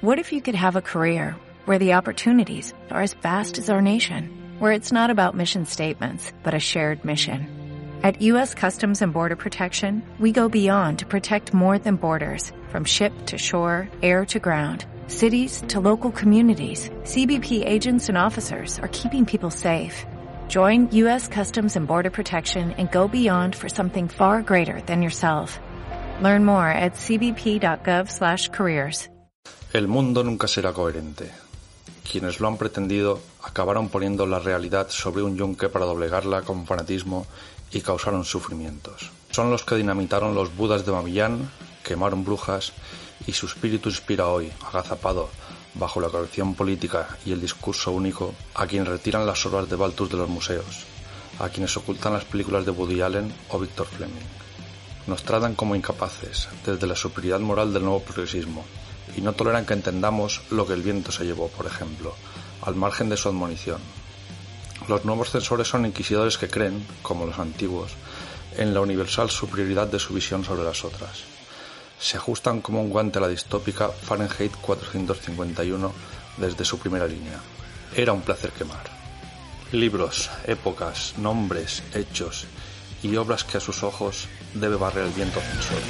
What if you could have a career where the opportunities are as vast as our nation, where it's not about mission statements, but a shared mission? At U.S. Customs and Border Protection, we go beyond to protect more than borders, from ship to shore, air to ground, cities to local communities. CBP agents and officers are keeping people safe. Join U.S. Customs and Border Protection and go beyond for something far greater than yourself. Learn more at cbp.gov/careers. El mundo nunca será coherente. Quienes lo han pretendido acabaron poniendo la realidad sobre un yunque para doblegarla con fanatismo y causaron sufrimientos. Son los que dinamitaron los budas de Bamiyan, quemaron brujas y su espíritu inspira hoy, agazapado bajo la corrección política y el discurso único, a quienes retiran las obras de Balthus de los museos, a quienes ocultan las películas de Woody Allen o Victor Fleming. Nos tratan como incapaces, desde la superioridad moral del nuevo progresismo, y no toleran que entendamos lo que el viento se llevó, por ejemplo, al margen de su admonición. Los nuevos censores son inquisidores que creen, como los antiguos, en la universal superioridad de su visión sobre las otras. Se ajustan como un guante a la distópica Fahrenheit 451 desde su primera línea. Era un placer quemar. Libros, épocas, nombres, hechos y obras que a sus ojos debe barrer el viento censor.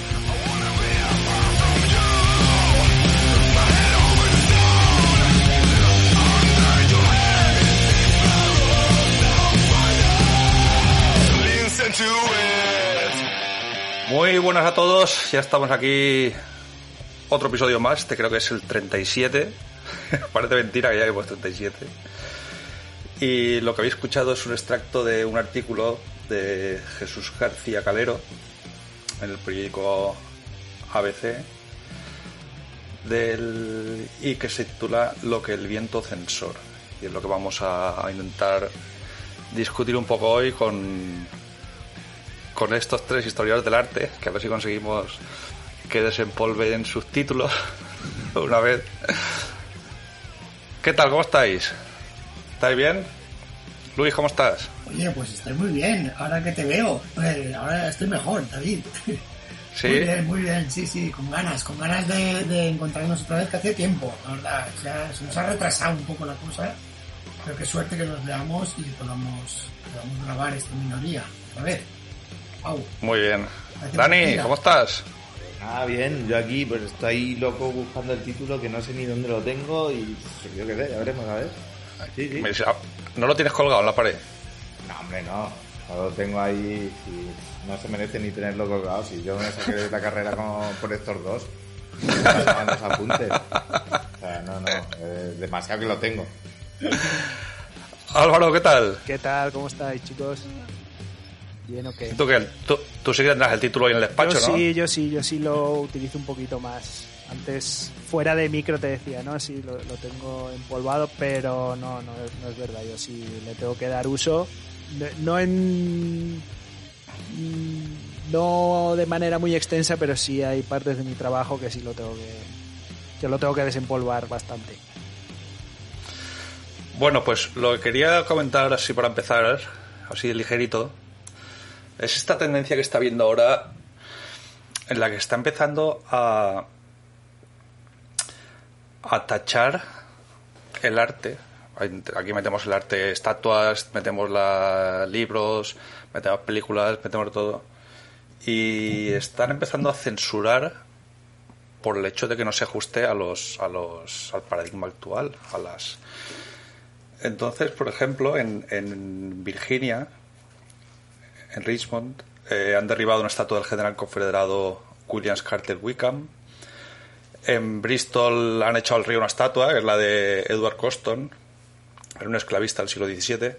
Muy buenas a todos, ya estamos aquí, otro episodio más, este creo que es el 37, parece mentira que ya hemos 37, y lo que habéis escuchado es un extracto de un artículo de Jesús García Calero en el periódico ABC, y que se titula Lo que el viento censor, y es lo que vamos a intentar discutir un poco hoy con estos tres historiadores del arte, que a ver si conseguimos que desempolven sus títulos una vez. ¿Qué tal? ¿Cómo estáis? ¿Estáis bien? Luis, ¿cómo estás? Oye, pues estoy muy bien, ahora que te veo. Ahora estoy mejor, David. ¿Sí? Muy bien, sí, con ganas de encontrarnos otra vez, que hace tiempo, la verdad. O sea, se nos ha retrasado un poco la cosa, pero qué suerte que nos veamos y podamos grabar esta minoría otra vez. Au. Muy bien. Dani, ¿cómo estás? Bien, yo aquí pues estoy loco buscando el título que no sé ni dónde lo tengo y yo qué sé, ya veremos a ver. Sí. ¿No lo tienes colgado en la pared? No, hombre, no lo tengo ahí, si no se merece ni tenerlo colgado, si yo me saqué de la carrera por estos dos, los apuntes. O sea, no, demasiado que lo tengo. Álvaro, ¿qué tal? ¿Qué tal? ¿Cómo estáis, chicos? Bien, ok. ¿Tú qué? ¿Tú sí tendrás el título ahí en el despacho, ¿no? Yo sí lo utilizo un poquito más. Antes, fuera de micro te decía, ¿no? Sí, lo tengo empolvado, pero no es verdad. Yo sí le tengo que dar uso. No de manera muy extensa, pero sí hay partes de mi trabajo que sí lo tengo que desempolvar bastante. Bueno, pues lo que quería comentar así para empezar, así de ligerito, es esta tendencia que está viendo ahora, en la que está empezando a tachar el arte. Aquí metemos el arte, estatuas, metemos libros, metemos películas, metemos todo. Y están empezando a censurar por el hecho de que no se ajuste al paradigma actual. Entonces, por ejemplo, en Virginia, en Richmond, han derribado una estatua del general confederado William Carter Wickham. En Bristol han echado al río una estatua, que es la de Edward Colston, era un esclavista del siglo XVII.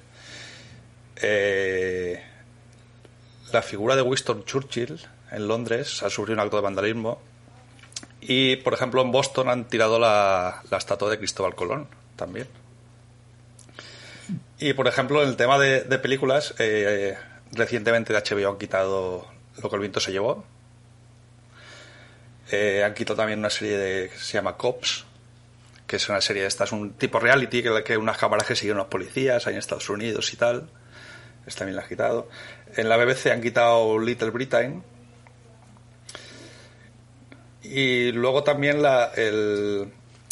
La figura de Winston Churchill en Londres ha sufrido un acto de vandalismo. Y, por ejemplo, en Boston han tirado la estatua de Cristóbal Colón también. Y, por ejemplo, en el tema de películas, recientemente de HBO han quitado Lo que el viento se llevó. Han quitado también una serie que se llama Cops, que es una serie esta, es un tipo reality que unas cámaras que siguen unos policías ahí en Estados Unidos y tal. Esta también la han quitado. En la BBC han quitado Little Britain. Y luego también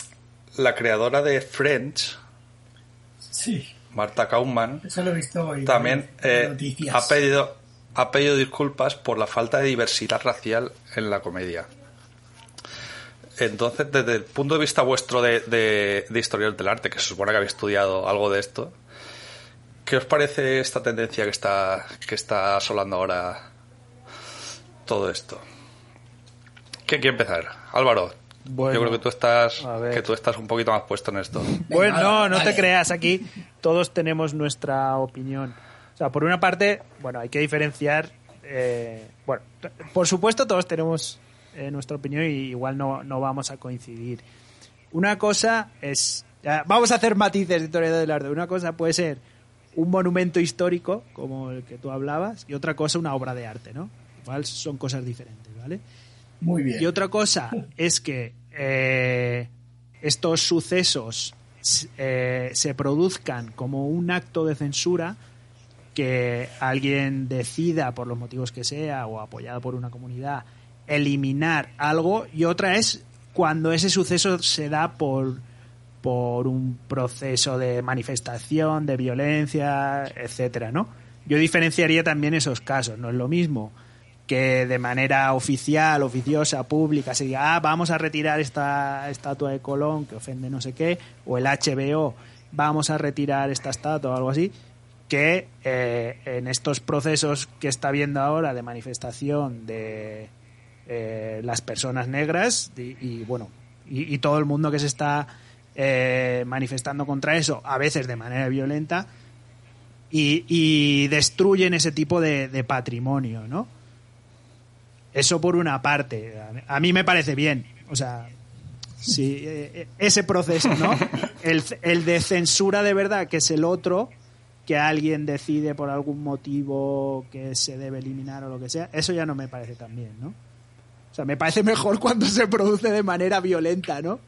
la creadora de Friends, Sí, Marta Kaufman, eso lo he visto hoy. también en noticias. ha pedido disculpas por la falta de diversidad racial en la comedia. Entonces, desde el punto de vista vuestro de historiadores del arte, que se supone que habéis estudiado algo de esto, ¿qué os parece esta tendencia que está asolando ahora todo esto? ¿Quién quiere empezar? Álvaro, Bueno, yo creo que tú estás un poquito más puesto en esto. Bueno, no vale. te creas, aquí todos tenemos nuestra opinión. O sea, por una parte, bueno, hay que diferenciar. Bueno, por supuesto, todos tenemos nuestra opinión y igual no vamos a coincidir. Una cosa es. Vamos a hacer matices de historia del arte. Una cosa puede ser un monumento histórico, como el que tú hablabas, y otra cosa una obra de arte, ¿no? Igual son cosas diferentes, ¿vale? Muy bien. Y otra cosa es que estos sucesos se produzcan como un acto de censura, que alguien decida, por los motivos que sea, o apoyado por una comunidad, eliminar algo, y otra es cuando ese suceso se da por un proceso de manifestación, de violencia, etcétera, ¿no? Yo diferenciaría también esos casos. No es lo mismo que de manera oficial, oficiosa, pública, se diga, vamos a retirar esta estatua de Colón que ofende no sé qué, o el HBO, vamos a retirar esta estatua o algo así, que en estos procesos que está habiendo ahora de manifestación de las personas negras y todo el mundo que se está manifestando contra eso, a veces de manera violenta, y destruyen ese tipo de patrimonio, ¿no? Eso por una parte. A mí me parece bien. O sea, sí, ese proceso, ¿no? El de censura de verdad, que es el otro, que alguien decide por algún motivo que se debe eliminar o lo que sea, eso ya no me parece tan bien, ¿no? O sea, me parece mejor cuando se produce de manera violenta, ¿no?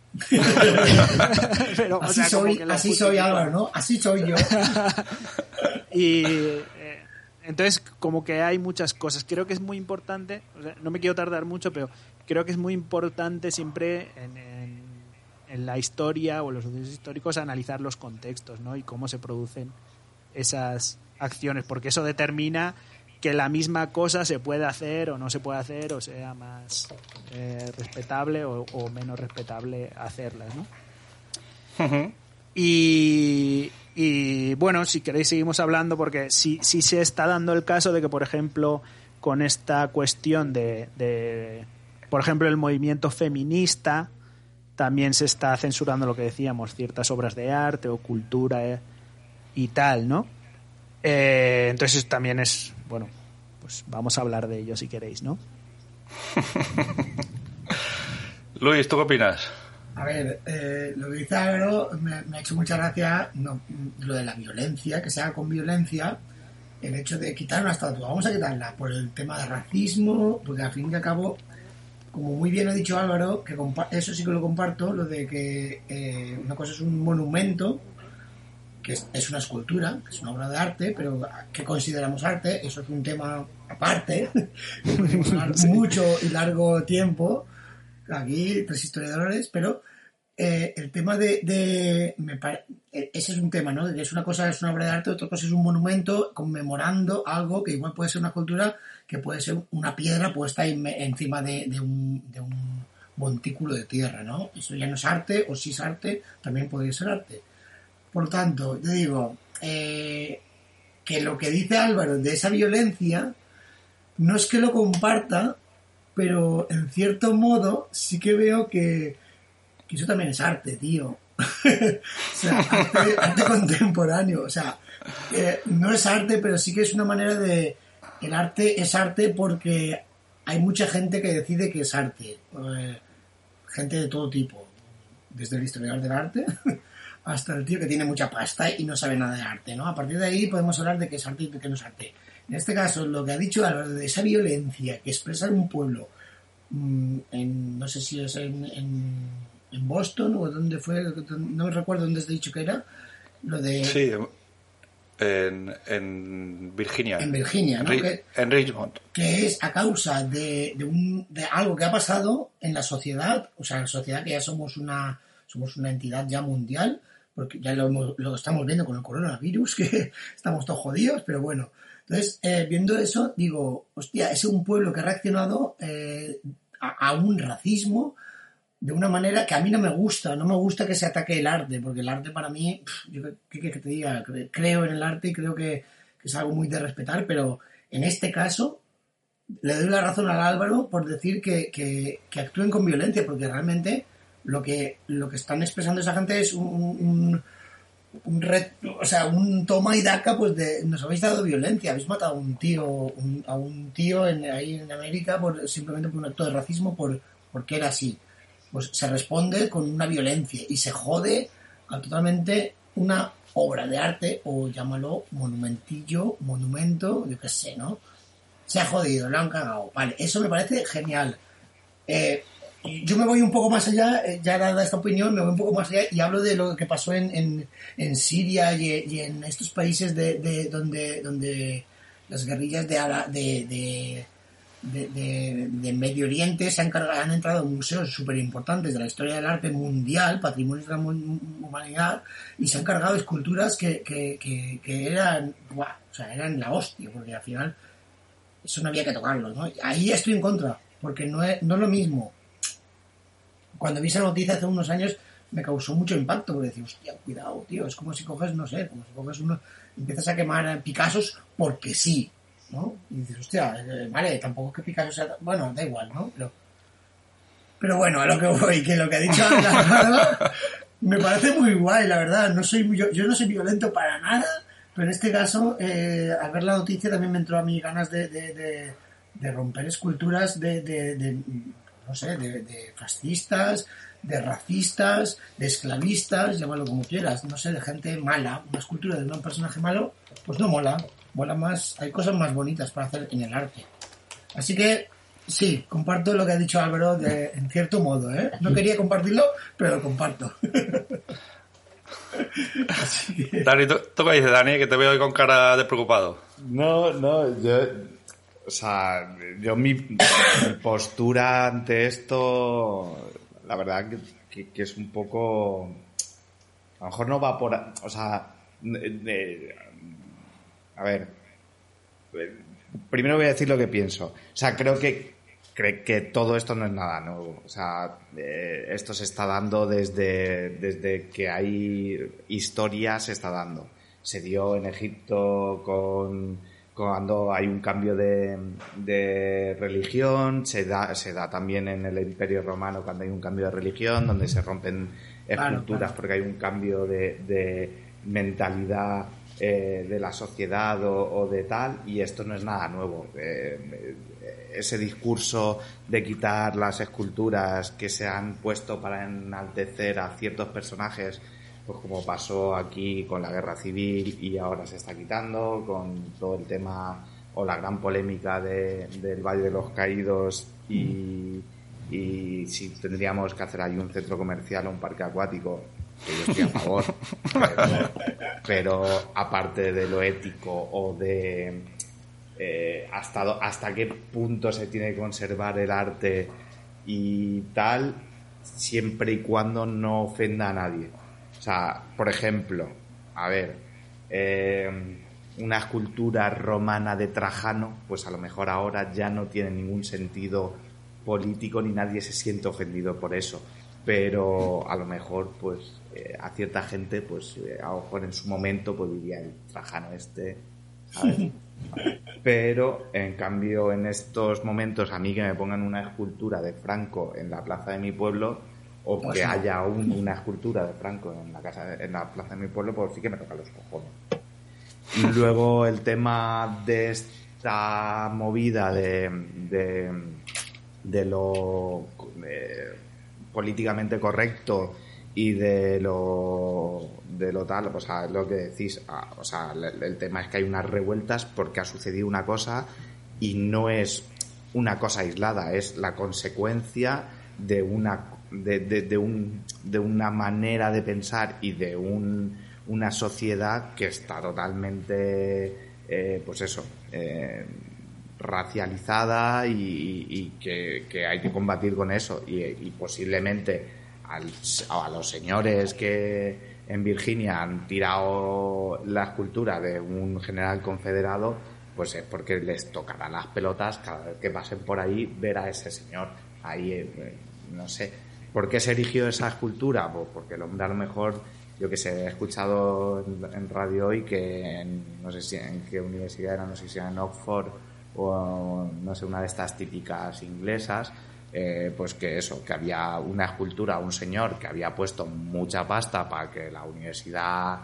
Pero, así o sea, así soy Álvaro, ¿no? Así soy yo. Y entonces, como que hay muchas cosas. Creo que es muy importante, o sea, no me quiero tardar mucho, pero creo que es muy importante siempre en la historia o en los sucesos históricos analizar los contextos, ¿no? Y cómo se producen esas acciones, porque eso determina que la misma cosa se puede hacer o no se puede hacer, o sea más respetable o menos respetable hacerlas, ¿no? Uh-huh. Y bueno, si queréis seguimos hablando, porque sí se está dando el caso de que, por ejemplo, con esta cuestión de por ejemplo, el movimiento feminista, también se está censurando lo que decíamos, ciertas obras de arte o cultura y tal, ¿no? Entonces también es, bueno, pues vamos a hablar de ello si queréis, ¿no? Luis, ¿tú qué opinas? A ver, lo que dice Álvaro me ha hecho mucha gracia, lo de la violencia, que se haga con violencia, el hecho de quitar una estatua. Vamos a quitarla por el tema de racismo, porque al fin y al cabo, como muy bien ha dicho Álvaro, que eso sí que lo comparto, lo de que una cosa es un monumento, que es una escultura, que es una obra de arte, pero ¿qué consideramos arte? Eso es un tema aparte, podemos hablar mucho y largo tiempo. Aquí, 3 historiadores, pero el tema ese es un tema, ¿no? De que es una cosa, es una obra de arte, otra cosa es un monumento conmemorando algo que igual puede ser una escultura, que puede ser una piedra puesta encima de un montículo de tierra, ¿no? Eso ya no es arte, o si es arte, también podría ser arte. Por lo tanto, yo digo que lo que dice Álvaro de esa violencia no es que lo comparta, pero en cierto modo sí que veo que eso también es arte, tío. O sea, arte contemporáneo. O sea, no es arte, pero sí que es una manera de... El arte es arte porque hay mucha gente que decide que es arte. Gente de todo tipo. Desde el historiador del arte hasta el tío que tiene mucha pasta y no sabe nada de arte, ¿no? A partir de ahí podemos hablar de qué es arte y de qué no es arte. En este caso, lo que ha dicho Álvaro de esa violencia que expresa un pueblo, no sé si es en Boston o dónde fue, no recuerdo dónde has dicho que era, lo de... Sí, en Virginia. En Virginia, ¿no? En Richmond. Que es a causa de algo que ha pasado en la sociedad, o sea, en la sociedad que ya somos una somos una entidad ya mundial, porque ya lo estamos viendo con el coronavirus, que estamos todos jodidos, pero bueno. Entonces, viendo eso, digo, hostia, es un pueblo que ha reaccionado a un racismo de una manera que a mí no me gusta. No me gusta que se ataque el arte, porque el arte para mí, yo qué que te diga, creo en el arte y creo que es algo muy de respetar, pero en este caso le doy la razón al Álvaro por decir que actúen con violencia, porque realmente lo que están expresando esa gente es un toma y daca, pues nos habéis dado violencia, habéis matado a un tío ahí en América simplemente por un acto de racismo, porque era así. Pues se responde con una violencia y se jode a totalmente una obra de arte, o llámalo monumento, yo qué sé, ¿no? Se ha jodido, lo han cagado. Vale, eso me parece genial. Yo me voy un poco más allá, ya dada esta opinión, me voy un poco más allá y hablo de lo que pasó en Siria y en estos países donde las guerrillas de Medio Oriente han entrado en museos súper importantes de la historia del arte mundial, patrimonio de la humanidad, y se han cargado esculturas que eran, eran la hostia, porque al final eso no había que tocarlo, ¿no? Ahí estoy en contra, porque no es lo mismo. Cuando vi esa noticia hace unos años me causó mucho impacto, porque decía, hostia, cuidado, tío, es como si coges, no sé, empiezas a quemar Picassos porque sí, ¿no? Y dices, hostia, vale, tampoco es que Picasso sea... Bueno, da igual, ¿no? Pero bueno, a lo que voy, que lo que ha dicho la me parece muy guay, la verdad. Yo no soy violento para nada, pero en este caso, al ver la noticia también me entró a mí ganas de romper esculturas no sé, de fascistas, de racistas, de esclavistas, llámalo como quieras, no sé, de gente mala. Una escultura de un personaje malo, pues no mola. Mola más, hay cosas más bonitas para hacer en el arte. Así que, sí, comparto lo que ha dicho Álvaro en cierto modo, ¿eh? No quería compartirlo, pero lo comparto. Así que... Dani, ¿tú qué dices, Dani? Que te veo hoy con cara de preocupado. No, yo mi postura ante esto, la verdad que es un poco, a lo mejor no va por, o sea, a ver, primero voy a decir lo que pienso. O sea, creo que todo esto no es nada nuevo. O sea, esto se está dando desde que hay historia, se está dando. Se dio en Egipto cuando hay un cambio de religión, se da también en el Imperio Romano cuando hay un cambio de religión, donde se rompen esculturas porque hay un cambio de mentalidad de la sociedad o de tal, y esto no es nada nuevo. Ese discurso de quitar las esculturas que se han puesto para enaltecer a ciertos personajes, pues como pasó aquí con la guerra civil y ahora se está quitando, con todo el tema o la gran polémica del Valle de los Caídos y si tendríamos que hacer ahí un centro comercial o un parque acuático, que yo estoy a favor, pero aparte de lo ético o de hasta qué punto se tiene que conservar el arte y tal, siempre y cuando no ofenda a nadie. O sea, por ejemplo, a ver, una escultura romana de Trajano, pues a lo mejor ahora ya no tiene ningún sentido político ni nadie se siente ofendido por eso, pero a lo mejor pues a cierta gente pues a lo mejor en su momento pues diría el Trajano ¿sabes? Pero en cambio en estos momentos a mí que me pongan una escultura de Franco en la plaza de mi pueblo, o pues que haya una escultura de Franco en la plaza de mi pueblo, pues sí que me toca los cojones. Y luego el tema de esta movida de lo políticamente correcto y de lo tal, o sea, lo que decís, o sea, el tema es que hay unas revueltas porque ha sucedido una cosa y no es una cosa aislada, es la consecuencia de una manera de pensar y de una sociedad que está totalmente pues eso, racializada y que hay que combatir con eso y posiblemente a los señores que en Virginia han tirado la escultura de un general confederado, pues es porque les tocarán las pelotas cada vez que pasen por ahí ver a ese señor. Ahí, no sé. ¿Por qué se erigió esa escultura? Pues porque el hombre a lo mejor, yo que sé, he escuchado en radio hoy que no sé si en qué universidad era, no sé si era en Oxford o no sé, una de estas típicas inglesas, pues que eso, que había una escultura, un señor que había puesto mucha pasta para que la universidad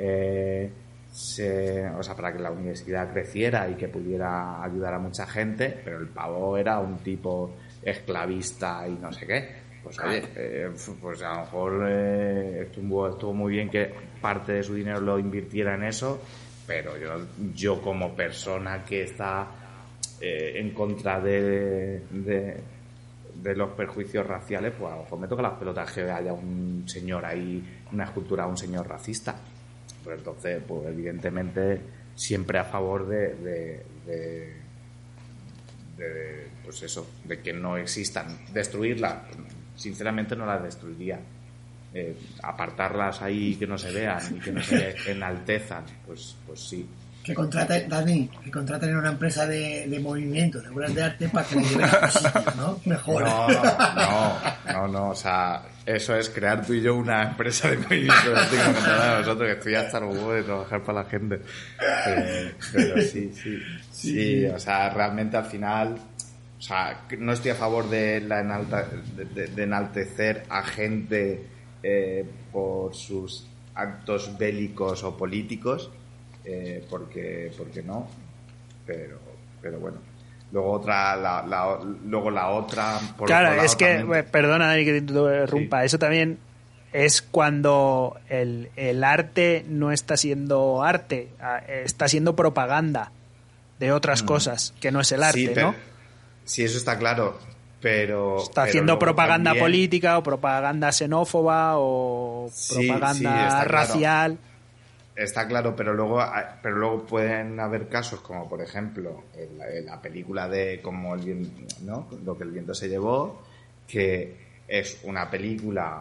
para que la universidad creciera y que pudiera ayudar a mucha gente, pero el pavo era un tipo esclavista y no sé qué. Pues oye, pues a lo mejor estuvo muy bien que parte de su dinero lo invirtiera en eso, pero yo como persona que está en contra de los perjuicios raciales, pues a lo mejor me toca las pelotas que haya un señor ahí, una escultura de un señor racista. Pues entonces, pues evidentemente siempre a favor de pues eso, de que no existan. Destruirlas, sinceramente no las destruiría. Apartarlas ahí, que no se vean y que no se enaltezan, pues sí. Que contraten, Dani, que contraten una empresa de movimiento, de obras de arte para que lo lleven a los sitios, ¿no? Mejor. No, o sea, eso es crear tú y yo una empresa de movimiento de arte que contratar a nosotros, que estoy hasta el huevo de trabajar para la gente. Pero sí, o sea, realmente al final, o sea, no estoy a favor de enaltecer a gente por sus actos bélicos o políticos, porque no, pero bueno. Luego la otra. Claro, es que, perdona Dani que te interrumpa, sí. Eso también es cuando el arte no está siendo arte, está siendo propaganda de otras cosas que no es el arte, pero, ¿no? Sí, eso está claro, pero está haciendo propaganda también política o propaganda xenófoba o propaganda racial. Claro. Está claro, pero luego pueden haber casos como, por ejemplo, la película de como el viento, ¿no? Lo que el viento se llevó, que es una película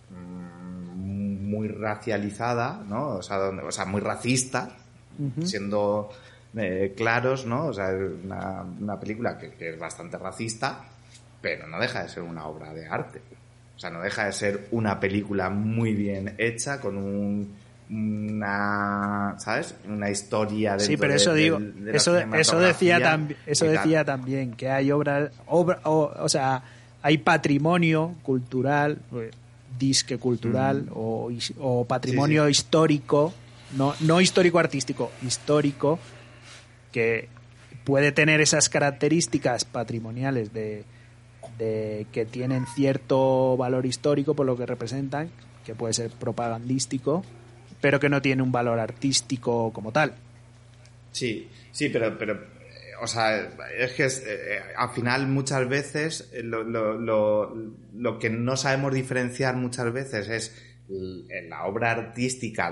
muy racializada, ¿no? O sea, muy racista, siendo claros, ¿no? O sea, es una película que es bastante racista, pero no deja de ser una obra de arte. O sea, no deja de ser una película muy bien hecha con ¿sabes? Una historia dentro. Sí, pero eso digo, eso decía también que hay o sea, hay patrimonio cultural, disque cultural o patrimonio histórico, no histórico artístico, histórico, que puede tener esas características patrimoniales de que tienen cierto valor histórico por lo que representan, que puede ser propagandístico, pero que no tiene un valor artístico como tal. Sí, pero o sea, es que al final muchas veces lo que no sabemos diferenciar muchas veces es la obra artística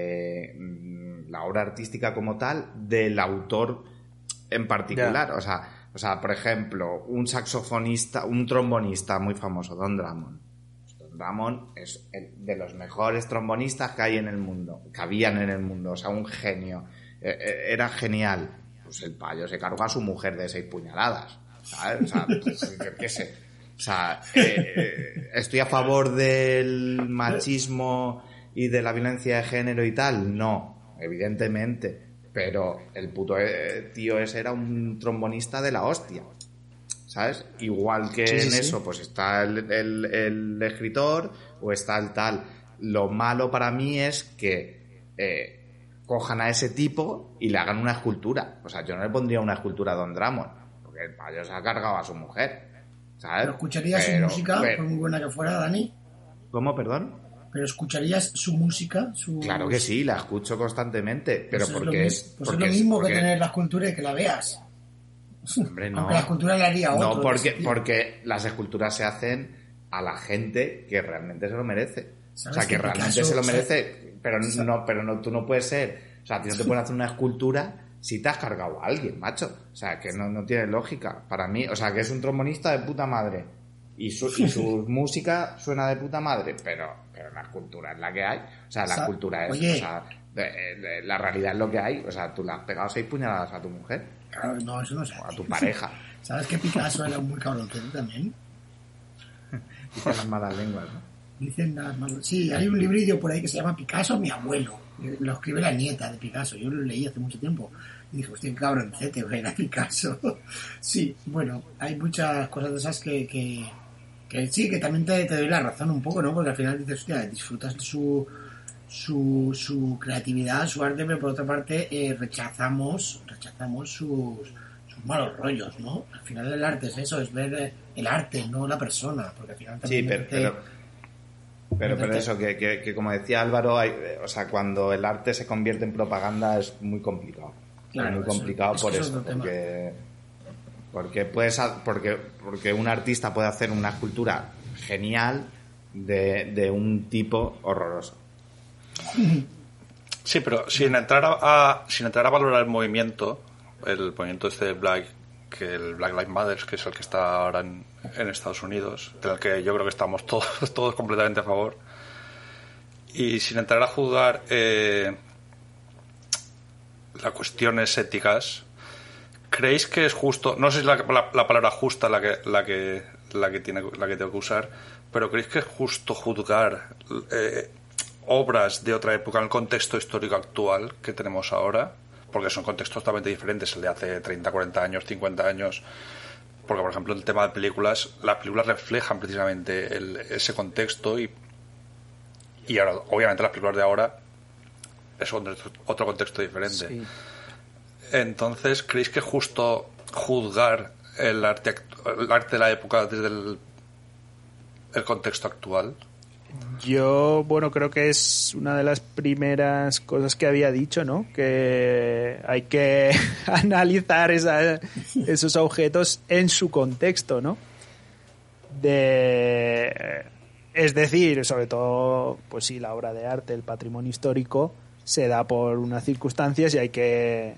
como tal del autor en particular. Yeah. O sea, por ejemplo, un trombonista muy famoso, Don Drummond. Drummond es de los mejores trombonistas que habían en el mundo, o sea, un genio, era genial. Pues el payo se cargó a su mujer de 6 puñaladas, ¿sabes? O sea, qué sé. O sea, ¿estoy a favor del machismo y de la violencia de género y tal? No, evidentemente, pero el puto tío ese era un trombonista de la hostia, ¿sabes? Igual que eso, pues está el escritor o está el tal. Lo malo para mí es que cojan a ese tipo y le hagan una escultura. O sea, yo no le pondría una escultura a Don Drummond, porque el payo se ha cargado a su mujer, ¿sabes? ¿Pero escucharías su música, por muy buena que fuera, Dani? ¿Cómo, perdón? ¿Pero escucharías su música? Claro que sí, la escucho constantemente, pero pues porque es lo mismo que tener la escultura y que la veas. Hombre, no. Aunque la escultura la haría otro. No, porque las esculturas se hacen a la gente que realmente se lo merece. O sea, que realmente se lo merece, pero no, tú no puedes ser. O sea, a ti no te pueden hacer una escultura si te has cargado a alguien, macho. O sea, que no tiene lógica para mí. O sea, que es un trombonista de puta madre Y su música suena de puta madre, pero la cultura es la que hay. O sea, la cultura es... Oye, o sea, la realidad es lo que hay. O sea, tú le has pegado 6 puñaladas a tu mujer. Claro, no, eso no sé. O a tu pareja. ¿Sabes que Picasso era muy cabroncito también? Dicen las malas lenguas, ¿no? Dicen las malas... Sí, hay un librillo por ahí que se llama Picasso, mi abuelo. Lo escribe la nieta de Picasso. Yo lo leí hace mucho tiempo. Y dije, hostia, qué cabroncete, güey, era Picasso. Sí, bueno, hay muchas cosas de esas que sí, que también te doy la razón un poco, ¿no? Porque al final dices, hostia, disfrutas de su creatividad, su arte, pero por otra parte rechazamos sus malos rollos, ¿no? Al final el arte es eso, es ver el arte, no la persona, porque al final también... Sí, pero eso, que como decía Álvaro, o sea, cuando el arte se convierte en propaganda es muy complicado. Claro, es muy complicado por eso, porque un artista puede hacer una escultura genial de un tipo horroroso. Sí, pero sin entrar a valorar el movimiento este de el Black Lives Matter, que es el que está ahora en Estados Unidos, del que yo creo que estamos todos completamente a favor, y sin entrar a juzgar las cuestiones éticas, ¿creéis que es justo? No sé si es la palabra justa la que tengo que usar, pero ¿creéis que es justo juzgar obras de otra época en el contexto histórico actual que tenemos ahora? Porque son contextos totalmente diferentes, el de hace 30, 40 años, 50 años. Porque, por ejemplo, el tema de películas, las películas reflejan precisamente ese contexto y ahora, obviamente, las películas de ahora es otro contexto diferente. Sí. Entonces, ¿creéis que es justo juzgar el arte de la época desde el contexto actual? Yo, bueno, creo que es una de las primeras cosas que había dicho, ¿no? Que hay que analizar esos objetos en su contexto, ¿no? Es decir, sobre todo, pues sí, la obra de arte, el patrimonio histórico, se da por unas circunstancias y hay que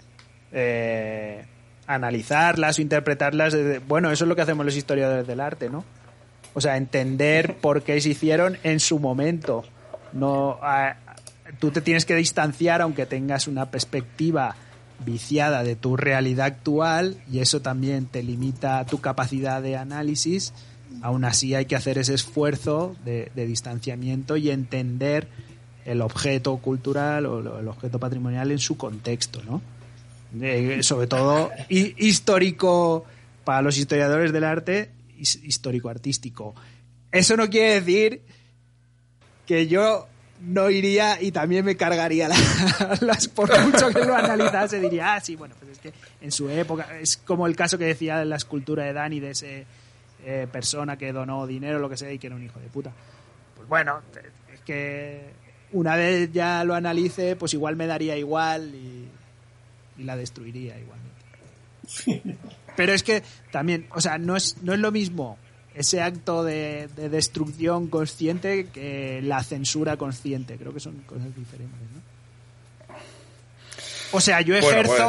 analizarlas o interpretarlas. Bueno, eso es lo que hacemos los historiadores del arte, ¿no? O sea, entender por qué se hicieron en su momento. No, tú te tienes que distanciar aunque tengas una perspectiva viciada de tu realidad actual, y eso también te limita tu capacidad de análisis. Aún así hay que hacer ese esfuerzo de distanciamiento y entender el objeto cultural o el objeto patrimonial en su contexto, ¿no? Sobre todo histórico para los historiadores del arte, histórico-artístico. Eso no quiere decir que yo no iría y también me cargaría por mucho que lo analizase, diría, sí, bueno, pues es que en su época, es como el caso que decía de la escultura de Dani, de ese persona que donó dinero, lo que sea, y que era un hijo de puta. Pues bueno, es que una vez ya lo analice, pues igual me daría igual y la destruiría igualmente. Pero es que también, o sea, no es lo mismo ese acto de destrucción consciente que la censura consciente. Creo que son cosas diferentes, ¿no? O sea, yo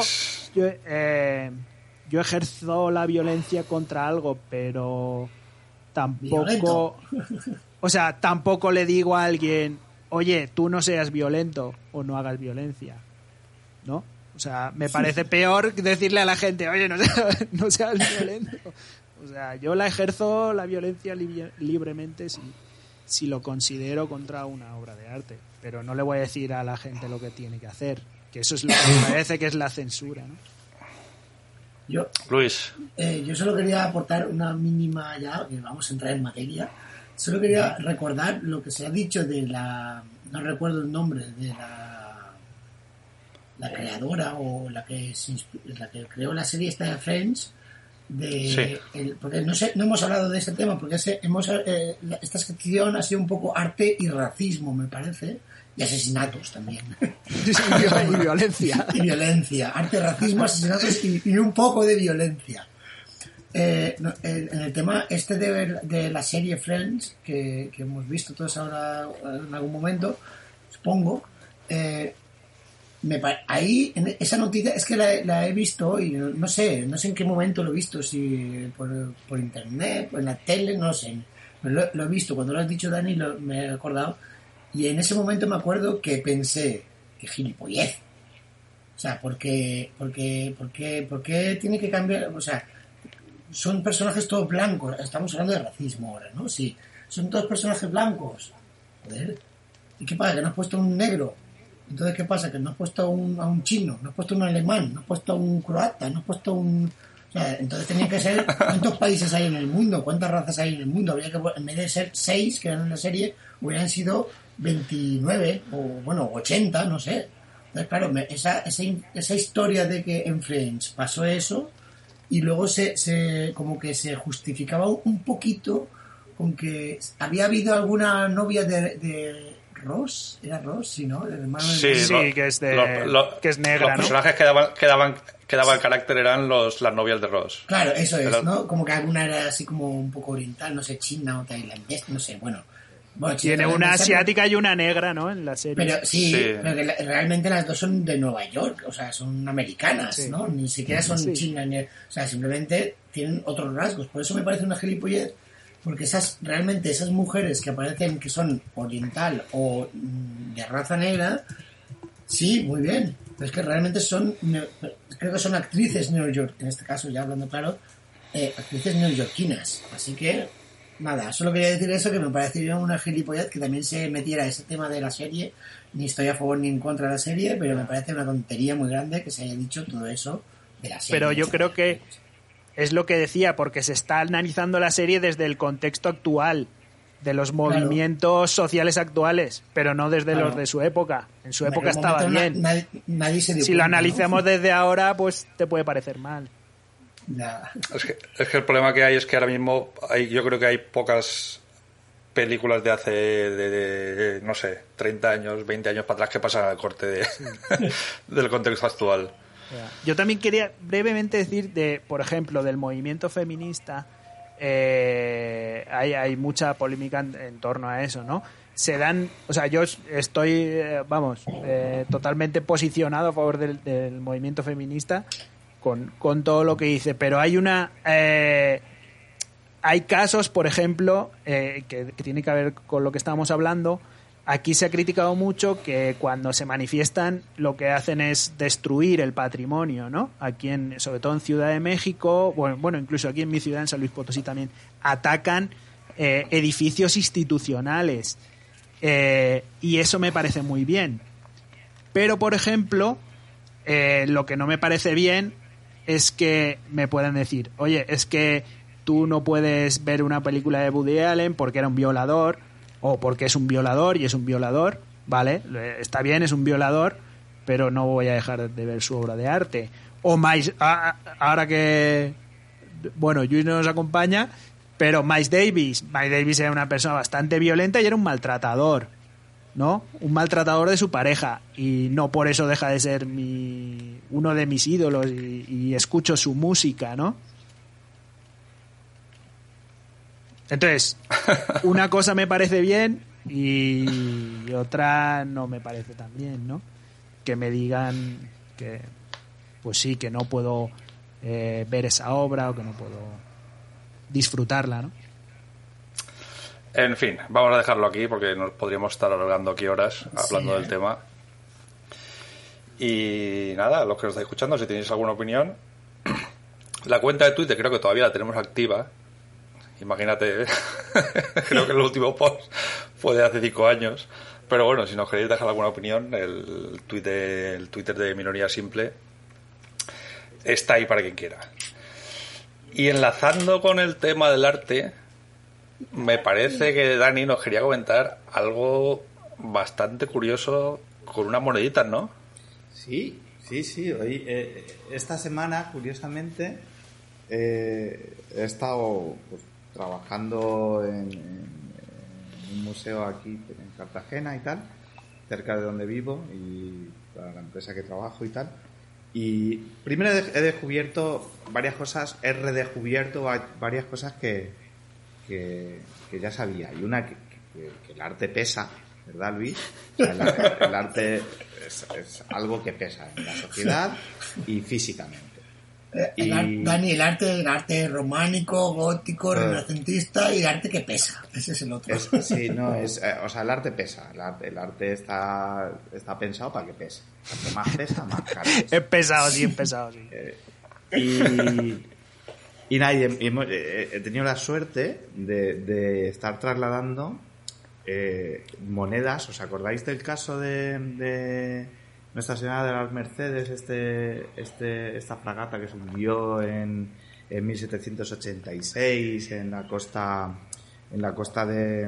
ejerzo la violencia contra algo, pero tampoco... O sea, tampoco le digo a alguien, oye, tú no seas violento o no hagas violencia, ¿no? O sea, me parece peor decirle a la gente, oye, no seas violento. O sea, yo ejerzo la violencia libremente si lo considero contra una obra de arte. Pero no le voy a decir a la gente lo que tiene que hacer. Que eso es lo que me parece que es la censura, ¿no? Luis. Yo solo quería aportar una mínima, ya que vamos a entrar en materia. Solo quería recordar lo que se ha dicho de no recuerdo el nombre, de la creadora o la que creó la serie esta de Friends, porque no hemos hablado de este tema, porque esta sección ha sido un poco arte y racismo, me parece, y asesinatos también. Y violencia. Y violencia. Arte, racismo, asesinatos y un poco de violencia. En el tema este de la serie Friends, que hemos visto todos ahora en algún momento, supongo, ahí, en esa noticia, es que la he visto y no sé en qué momento lo he visto, si por internet, en la tele, no sé. Lo he visto, cuando lo has dicho, Dani, me he acordado. Y en ese momento me acuerdo que pensé, qué gilipollez. O sea, ¿por qué tiene que cambiar? O sea, son personajes todos blancos. Estamos hablando de racismo ahora, ¿no? Sí, son todos personajes blancos. Joder. ¿Y qué pasa? ¿Que no has puesto un negro? Entonces, ¿qué pasa? Que no has puesto a un chino, no has puesto un alemán, no has puesto a un croata, no has puesto un... O sea, entonces tenían que ser... ¿Cuántos países hay en el mundo? ¿Cuántas razas hay en el mundo? Habría que, en vez de ser 6, que eran en la serie, hubieran sido 29 o, bueno, 80, no sé. Entonces, claro, esa historia de que en Friends pasó eso y luego como que se justificaba un poquito con que había habido alguna novia de Ross, ¿era Ross? Sí, ¿no? El hermano de... Sí, que es negra, los personajes que daban carácter eran las novias de Ross. Claro, eso es, ¿no? Como que alguna era así como un poco oriental, no sé, china o tailandés, no sé, bueno, tiene una asiática y una negra, ¿no? En la serie. Pero sí. Pero que realmente las dos son de Nueva York, o sea, son americanas, sí. ¿No? Ni siquiera son chinas, o sea, simplemente tienen otros rasgos. Por eso me parece una gilipollez, porque realmente esas mujeres que aparecen que son oriental o de raza negra, sí, muy bien. Pero es que realmente creo que son actrices neoyorquinas, en este caso ya hablando claro, actrices neoyorquinas. Así que nada, solo quería decir eso, que me pareció una gilipollez que también se metiera ese tema de la serie. Ni estoy a favor ni en contra de la serie, pero me parece una tontería muy grande que se haya dicho todo eso de la serie. Pero yo creo que es lo que decía, porque se está analizando la serie desde el contexto actual, de los movimientos sociales actuales, pero no desde los de su época. En su época estaba bien. Nadie se dio si lo analizamos desde ahora, pues te puede parecer mal. Ya. Es que el problema que hay es que ahora mismo yo creo que hay pocas películas de hace de no sé, 30 años, 20 años para atrás que pasan al corte del contexto actual. Yo también quería brevemente decir por ejemplo, del movimiento feminista. Hay mucha polémica en torno a eso, ¿no? O sea, yo estoy totalmente posicionado a favor del movimiento feminista con todo lo que dice, pero hay casos, por ejemplo, que tiene que ver con lo que estábamos hablando. Aquí se ha criticado mucho que cuando se manifiestan lo que hacen es destruir el patrimonio, ¿no? Aquí sobre todo en Ciudad de México, bueno, incluso aquí en mi ciudad, en San Luis Potosí también, atacan edificios institucionales, y eso me parece muy bien. Pero, por ejemplo, lo que no me parece bien es que me puedan decir, oye, es que tú no puedes ver una película de Woody Allen porque era un violador, o porque es un violador y es un violador, ¿vale? Está bien, es un violador, pero no voy a dejar de ver su obra de arte. O ahora que, bueno, Luis no nos acompaña, pero Miles Davis era una persona bastante violenta y era un maltratador, ¿no? Un maltratador de su pareja, y no por eso deja de ser uno de mis ídolos y escucho su música, ¿no? Entonces, una cosa me parece bien y otra no me parece tan bien, ¿no? Que me digan que, pues sí, que no puedo ver esa obra o que no puedo disfrutarla, ¿no? En fin, vamos a dejarlo aquí porque nos podríamos estar alargando aquí horas hablando del tema. Y nada, los que nos estáis escuchando, si tenéis alguna opinión, la cuenta de Twitter creo que todavía la tenemos activa. Imagínate, creo que el último post fue de hace 5 años. Pero bueno, si nos queréis dejar alguna opinión, el Twitter de Minoría Simple está ahí para quien quiera. Y enlazando con el tema del arte, me parece que Dani nos quería comentar algo bastante curioso con unas moneditas, ¿no? Sí. Hoy, esta semana, curiosamente, he estado trabajando en un museo aquí en Cartagena y tal, cerca de donde vivo y para la empresa que trabajo y tal. Y primero he descubierto varias cosas, he redescubierto varias cosas que ya sabía. Y una, que el arte pesa, ¿verdad, Luis? O sea, el arte es algo que pesa en la sociedad y físicamente. Dani, el arte románico, gótico, renacentista y el arte que pesa. Ese es el otro. O sea, el arte pesa. El arte está pensado para que pese. Cuanto más pesa, más caro. Es pesado, sí. Y nada, he tenido la suerte de estar trasladando monedas. ¿Os acordáis del caso de Nuestra Señora de las Mercedes, esta fragata que se hundió en 1786 en la costa de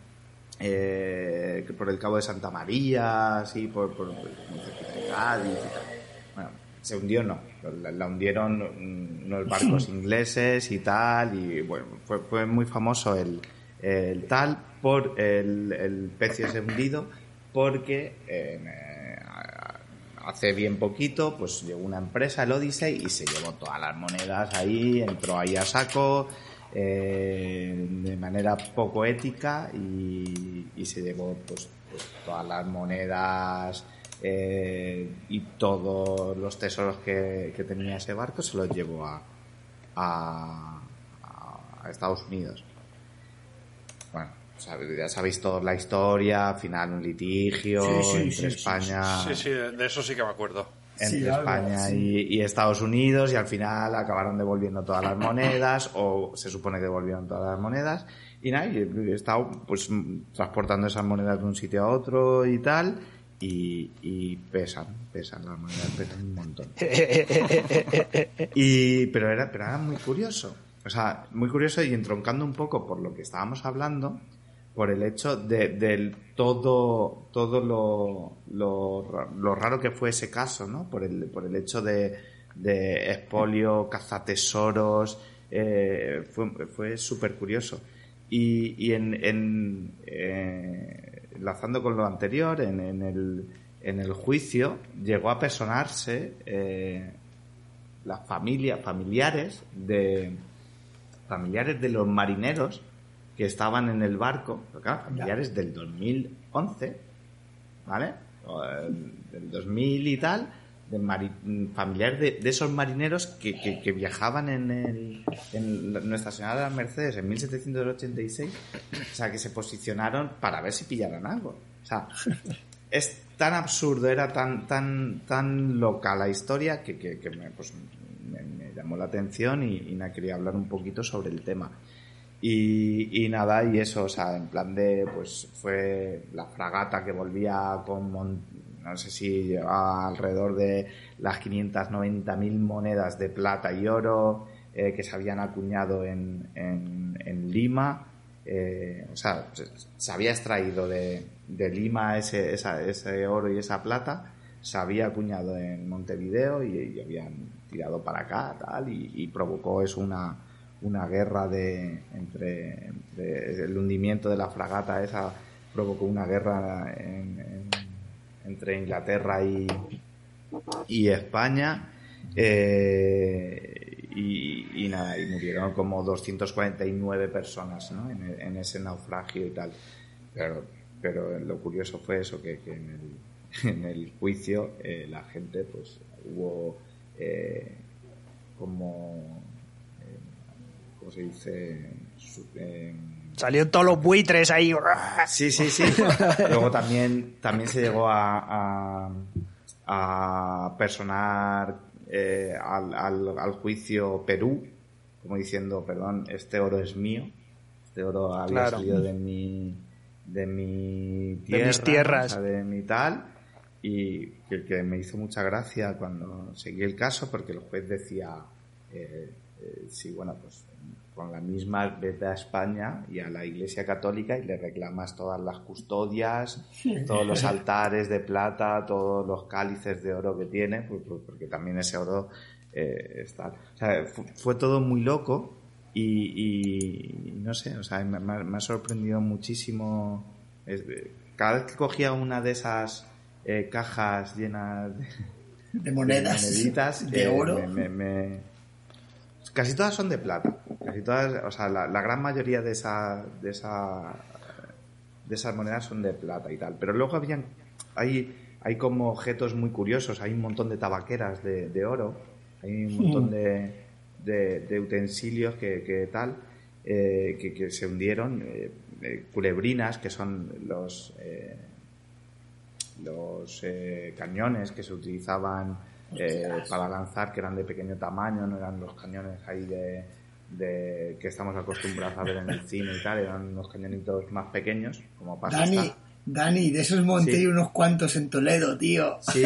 por el Cabo de Santa María, así por Cádiz y tal? Bueno, se hundió no, la hundieron unos barcos ingleses y tal, y bueno, fue muy famoso el tal por el pez ese hundido, porque hace bien poquito pues llegó una empresa, el Odyssey, y se llevó todas las monedas ahí, entró ahí a saco de manera poco ética y se llevó pues todas las monedas y todos los tesoros que tenía ese barco, se los llevó a Estados Unidos. Bueno, ya sabéis todos la historia, al final un litigio entre España... Sí, de eso sí que me acuerdo. Entre España y Estados Unidos, y al final acabaron devolviendo todas las monedas, o se supone que devolvieron todas las monedas, y nada, he estado pues transportando esas monedas de un sitio a otro y tal, y pesan las monedas, pesan un montón. Pero era muy curioso. O sea, muy curioso, y entroncando un poco por lo que estábamos hablando, por el hecho de todo lo raro que fue ese caso, ¿no? Por el hecho de expolio, cazatesoros, fue súper curioso. Y enlazando con lo anterior, en el juicio llegó a personarse las familiares de los marineros que estaban en el barco, pero claro, familiares del 2011, ¿vale? Del 2000 y tal, familiares de esos marineros que viajaban en Nuestra Señora de las Mercedes en 1786, o sea, que se posicionaron para ver si pillaran algo. O sea, es tan absurdo, era tan loca la historia que me llamó la atención y nada, quería hablar un poquito sobre el tema. Y nada, y eso, o sea, en plan de, pues fue la fragata que volvía con, no sé si llevaba alrededor de las 590.000 monedas de plata y oro que se habían acuñado en Lima. O sea, se había extraído de Lima ese oro y esa plata, se había acuñado en Montevideo y habían tirado para acá, tal, y provocó eso una guerra entre el hundimiento de la fragata esa, provocó una guerra entre Inglaterra y España, y nada, y murieron como 249 personas, ¿no? en ese naufragio y tal, pero lo curioso fue eso, que en el juicio la gente, pues hubo como ¿cómo se dice? Salieron todos los buitres ahí. Sí. Luego también se llegó a personar al juicio Perú, como diciendo, perdón, este oro es mío, este oro había salido de mi tierra, de mis tierras, o sea, de mi tal, y que me hizo mucha gracia cuando seguí el caso, porque el juez decía sí, bueno, pues con la misma vete a España y a la Iglesia Católica y le reclamas todas las custodias, todos los altares de plata, todos los cálices de oro que tiene, porque también ese oro está... O sea, fue todo muy loco y no sé, o sea, me ha sorprendido muchísimo. Cada vez que cogía una de esas cajas llenas de monedas, de moneditas, de oro... Casi todas son de plata. Casi todas, o sea, la gran mayoría de esas monedas son de plata y tal. Pero luego hay como objetos muy curiosos, hay un montón de tabaqueras de oro, hay un montón de utensilios que se hundieron, culebrinas, que son los cañones que se utilizaban para lanzar, que eran de pequeño tamaño, no eran los cañones ahí que estamos acostumbrados a ver en el cine y tal, eran unos cañonitos más pequeños, como para Dani, de esos monté unos cuantos en Toledo, tío. Sí.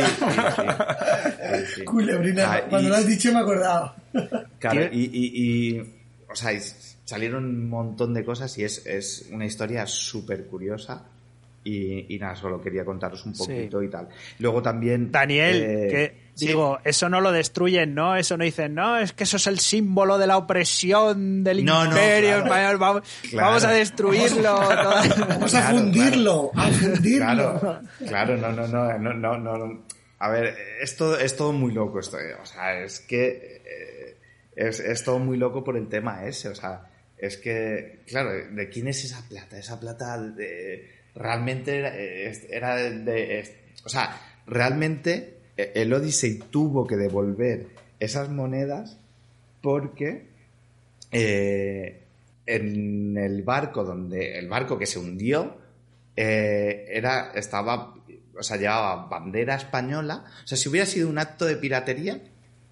Culebrina, cuando lo has dicho me he acordado. Claro, y o sea, salieron un montón de cosas y es una historia súper curiosa. Y nada, solo quería contaros un poquito y tal. Luego también... Daniel, eso no lo destruyen, ¿no? Eso no dicen, no, es que eso es el símbolo de la opresión del imperio español, vamos a destruirlo. Vamos a fundirlo. Claro, no. A ver, es todo muy loco esto, o sea, es que es todo muy loco por el tema ese, o sea, es que, claro, ¿de quién es esa plata? Esa plata realmente o sea, realmente el Odyssey tuvo que devolver esas monedas porque en el barco que se hundió llevaba bandera española. O sea, si hubiera sido un acto de piratería,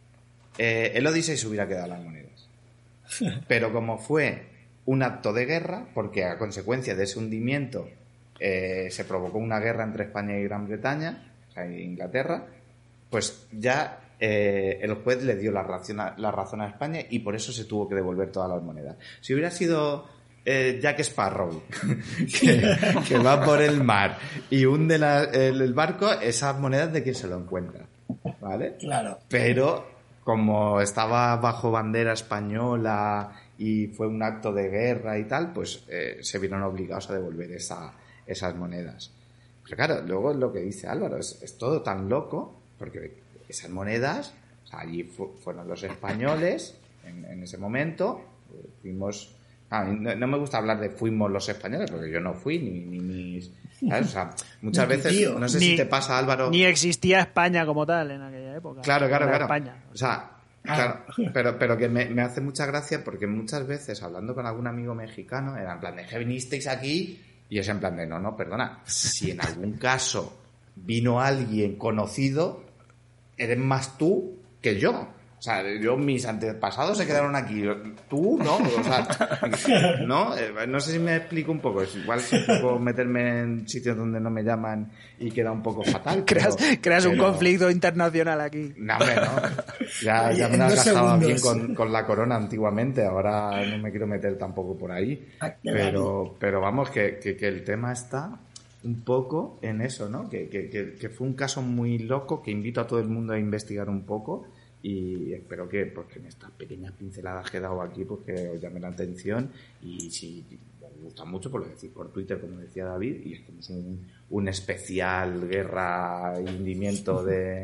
el Odyssey se hubiera quedado las monedas. Pero como fue un acto de guerra, porque a consecuencia de ese hundimiento se provocó una guerra entre España y Gran Bretaña, o sea, Inglaterra, pues ya el juez le dio la razón a España y por eso se tuvo que devolver todas las monedas. Si hubiera sido Jack Sparrow que va por el mar y hunde el barco, esas monedas de quién se lo encuentra, ¿vale? Claro. Pero como estaba bajo bandera española y fue un acto de guerra y tal, pues se vieron obligados a devolver esas monedas. Pero claro, luego lo que dice Álvaro, es todo tan loco, porque esas monedas, o sea, allí fueron los españoles en ese momento, fuimos... No me gusta hablar de fuimos los españoles, porque yo no fui, ni mis... ¿sabes? O sea, muchas veces, no sé si te pasa, Álvaro... Ni existía España como tal en aquella época. Claro. España. O sea, claro, pero que me hace mucha gracia porque muchas veces, hablando con algún amigo mexicano, era en plan de que vinisteis aquí... Y es en plan de, no, perdona, si en algún caso vino alguien conocido, eres más tú que yo. O sea, mis antepasados se quedaron aquí, tú no, o sea, no sé si me explico un poco, igual es un poco meterme en sitios donde no me llaman y queda un poco fatal. Creas un conflicto internacional aquí. No, hombre, no. Ya me la gastaba bien con la corona antiguamente, ahora no me quiero meter tampoco por ahí. Pero vamos, que el tema está un poco en eso, ¿no? Que fue un caso muy loco que invito a todo el mundo a investigar un poco. Y espero que en estas pequeñas pinceladas que he dado aquí pues que os llame la atención y si os gusta mucho pues lo decís por Twitter, como decía David, y hacemos un especial guerra y hundimiento de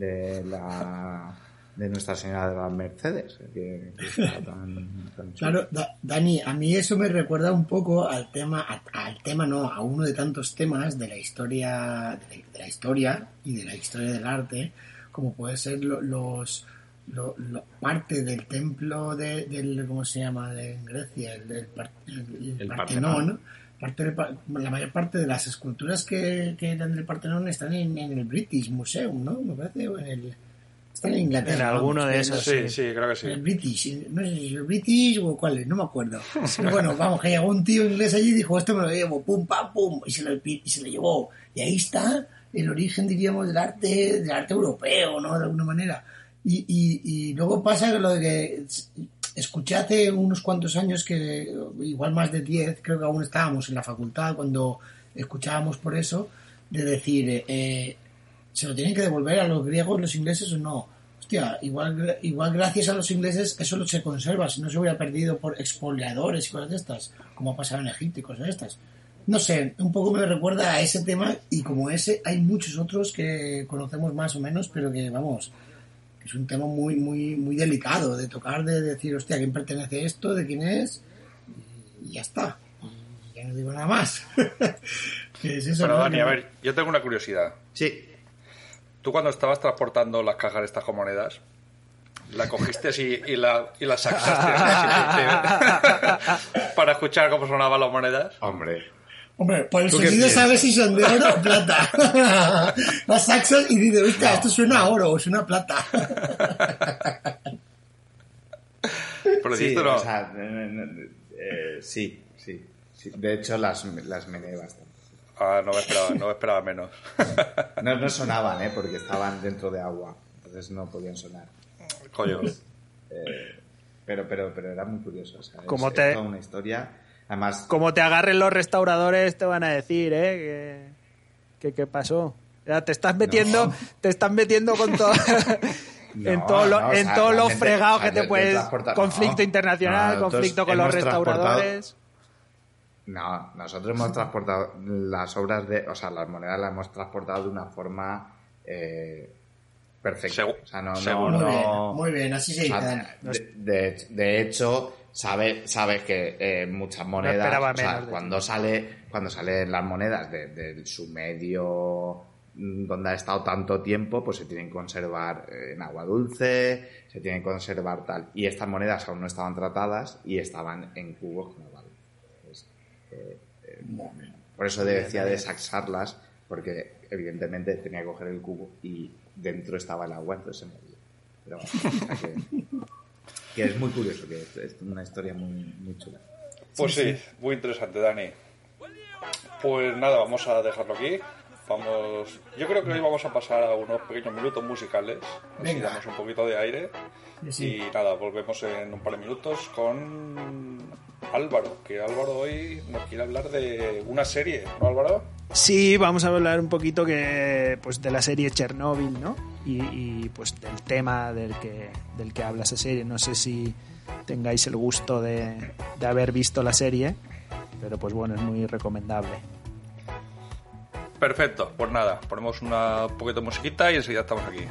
Nuestra Señora de las Mercedes, que está tan claro. Dani, a mí eso me recuerda un poco a uno de tantos temas de la historia y de la historia del arte, como puede ser parte del templo del ¿cómo se llama? En Grecia, el Partenón. La mayor parte de las esculturas que eran del Partenón están en el British Museum, ¿no? Me parece, están en Inglaterra. En alguno de esos. Sí, creo que sí. El British, no sé si es el British o cuál es, no me acuerdo. Pero bueno, vamos, que llegó un tío inglés allí y dijo, esto me lo llevo, pum, pam, pum, y se lo llevó. Y ahí está el origen, diríamos, del arte europeo, ¿no? De alguna manera. Y luego pasa lo de que escuché hace unos cuantos años, que igual más de 10, creo que aún estábamos en la facultad cuando escuchábamos por eso, de decir, ¿se lo tienen que devolver a los griegos, los ingleses o no? Hostia, igual gracias a los ingleses eso se conserva, si no se hubiera perdido por expoliadores y cosas de estas, como ha pasado en Egipto y cosas de estas. No sé, un poco me recuerda a ese tema, y como ese hay muchos otros que conocemos más o menos, pero que vamos, es un tema muy muy muy delicado de tocar, de decir, hostia, ¿a quién pertenece esto? ¿De quién es? Y ya está. Ya no digo nada más. ¿Qué es eso? Pero ¿no? Dani, a ver, yo tengo una curiosidad. Sí. Tú cuando estabas transportando las cajas estas con monedas, la cogiste así y la sacaste así, para escuchar cómo sonaban las monedas. Hombre, por el ¿tú qué sonido piensas? sabes si son de oro o plata. Las saxas y dices, hostia, esto suena a oro o suena a plata. Pero sí, dijiste no. o sea, sí. De hecho, las meneé bastante. Ah, no me esperaba menos. No sonaban, porque estaban dentro de agua. Entonces no podían sonar. Coño. Pero era muy curioso. O sea, Como es te- toda una historia. Además, Como te agarren los restauradores, te van a decir, ¿qué pasó? Ya te estás metiendo con todo. en todos los realmente, fregados o sea, que te de puedes. transportar- Conflicto no. internacional, Nosotros conflicto con los hemos restauradores. No, nosotros hemos transportado las obras las monedas las hemos transportado de una forma perfecta. O sea, Muy bien, así se dice, o sea, Dani. de hecho, sabes que muchas monedas, esperaba o sea, menos de cuando salen las monedas de su medio donde ha estado tanto tiempo, pues se tienen que conservar en agua dulce, se tienen que conservar tal. Y estas monedas aún no estaban tratadas y estaban en cubos con agua dulce. Entonces, por eso decía de saxarlas, porque evidentemente tenía que coger el cubo y dentro estaba el agua, entonces se movía. Pero bueno, o sea que es muy curioso, que es una historia muy, muy chula. Pues sí, muy interesante, Dani. Pues nada, vamos a dejarlo aquí. Yo creo que hoy vamos a pasar a unos pequeños minutos musicales. Así Venga. damos un poquito de aire. Sí. Y nada, volvemos en un par de minutos con Álvaro, que Álvaro hoy nos quiere hablar de una serie, ¿no, Álvaro? Sí, vamos a hablar un poquito de la serie Chernobyl, ¿no? Y pues del tema del que habla esa serie. No sé si tengáis el gusto de haber visto la serie, pero pues bueno, es muy recomendable. Perfecto, pues nada, ponemos una poquito de musiquita y enseguida estamos aquí.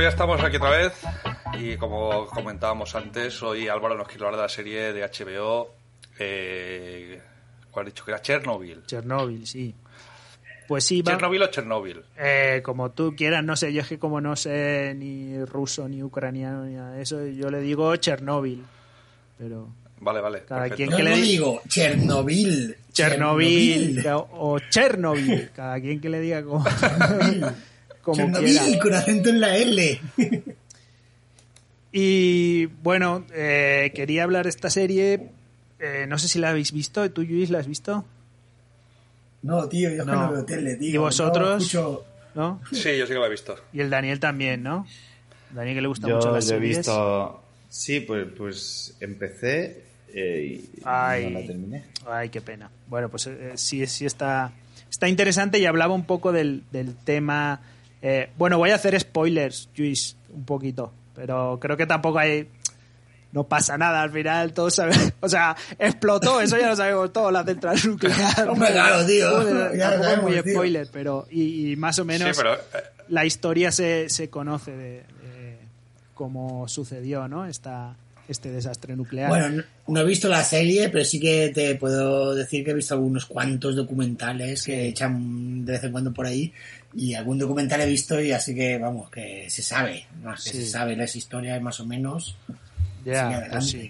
pues ya estamos aquí otra vez y como comentábamos antes, hoy Álvaro nos quiere hablar de la serie de HBO, ¿cuál has dicho? Que era Chernobyl. Chernobyl, sí. Pues sí, ¿Chernobyl o Chernobyl? Como tú quieras, no sé, yo es que como no sé ni ruso, ni ucraniano, ni nada de eso, yo le digo Chernobyl, pero... Vale, cada perfecto. quien Yo que no le digo Chernobyl. o Chernobyl, cada quien que le diga como, como Chernobyl quiera. con acento en la L. Y bueno, quería hablar de esta serie, no sé si la habéis visto. ¿Tú, Luis, la has visto? No, tío, yo no veo tele, tío. ¿Y vosotros? No escucho... ¿No? Sí, yo sí que lo he visto. Y el Daniel también, ¿no? Daniel, que le gusta mucho las Yo he series. visto... Sí, pues empecé y no la terminé. Ay, qué pena. Bueno, pues sí está interesante y hablaba un poco del tema... bueno, voy a hacer spoilers, Luis, un poquito, pero creo que tampoco hay... No pasa nada, al final todos sabemos... O sea, explotó, eso ya lo sabemos todos, la central nuclear. Hombre, claro, tío. Ya Tampoco es muy sabemos, tío. spoiler, pero... Y más o menos Sí, pero... la historia se conoce de cómo sucedió, ¿no? Este desastre nuclear. Bueno, no he visto la serie, pero sí que te puedo decir que he visto algunos cuantos documentales que echan de vez en cuando por ahí, y algún documental he visto, y así que, vamos, que se sabe, más que se sabe las historias más o menos. Ya, pues sí.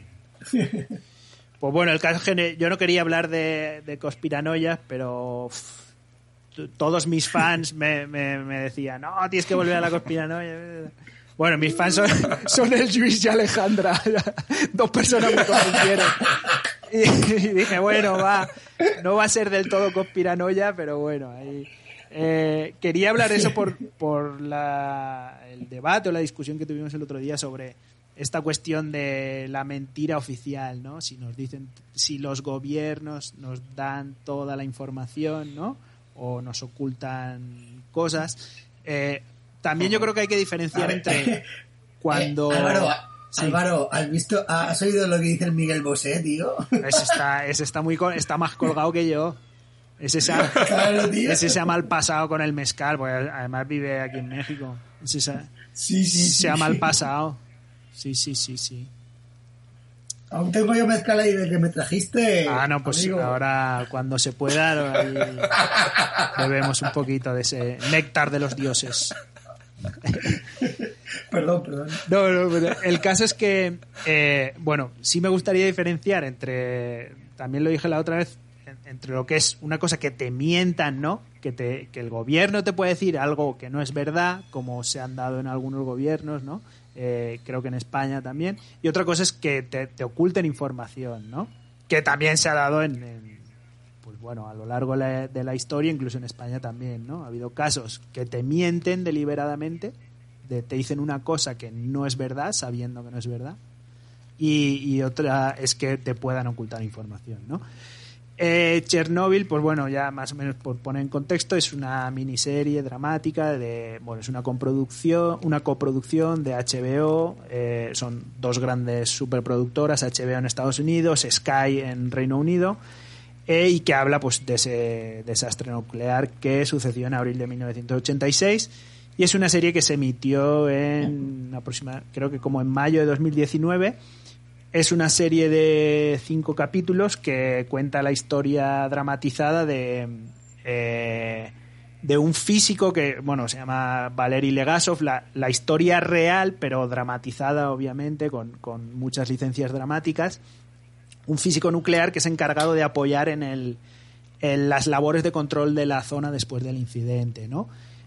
Pues bueno, el caso yo no quería hablar de conspiranoias, pero todos mis fans me decían, no, tienes que volver a la conspiranoia. Bueno, mis fans son el Luis y Alejandra, dos personas me convencieron. Y dije, bueno, no va a ser del todo conspiranoia, pero bueno, ahí... quería hablar eso por el debate o la discusión que tuvimos el otro día sobre esta cuestión de la mentira oficial, ¿no? Si los gobiernos nos dan toda la información, ¿no? O nos ocultan cosas. También yo creo que hay que diferenciar entre cuando... Álvaro, ¿has oído lo que dice el Miguel Bosé, tío? Ese está más colgado que yo. Ese se ha mal pasado con el mezcal, porque además vive aquí en México. Se ha mal pasado. Sí. Aún tengo yo mezcal ahí del que me trajiste. No, pues amigo. Ahora cuando se pueda ahí bebemos un poquito de ese néctar de los dioses. Perdón. No, pero el caso es que, bueno, sí me gustaría diferenciar también lo dije la otra vez, entre lo que es una cosa que te mientan, ¿no? Que el gobierno te puede decir algo que no es verdad, como se han dado en algunos gobiernos, ¿no? Creo que en España también. Y otra cosa es que te oculten información, ¿no? Que también se ha dado pues bueno, a lo largo de la historia, incluso en España también, ¿no? Ha habido casos que te mienten deliberadamente, te dicen una cosa que no es verdad, sabiendo que no es verdad, y otra es que te puedan ocultar información, ¿no? Chernobyl, pues bueno, ya más o menos por poner en contexto, es una miniserie dramática es una coproducción de HBO, son dos grandes superproductoras, HBO en Estados Unidos, Sky en Reino Unido, y que habla pues de ese desastre nuclear que sucedió en abril de 1986, y es una serie que se emitió creo que como en mayo de 2019. Es una serie de 5 capítulos que cuenta la historia dramatizada de un físico que, bueno, se llama Valery Legasov, la historia real, pero dramatizada, obviamente, con muchas licencias dramáticas. Un físico nuclear que es encargado de apoyar en las labores de control de la zona después del incidente, ¿no?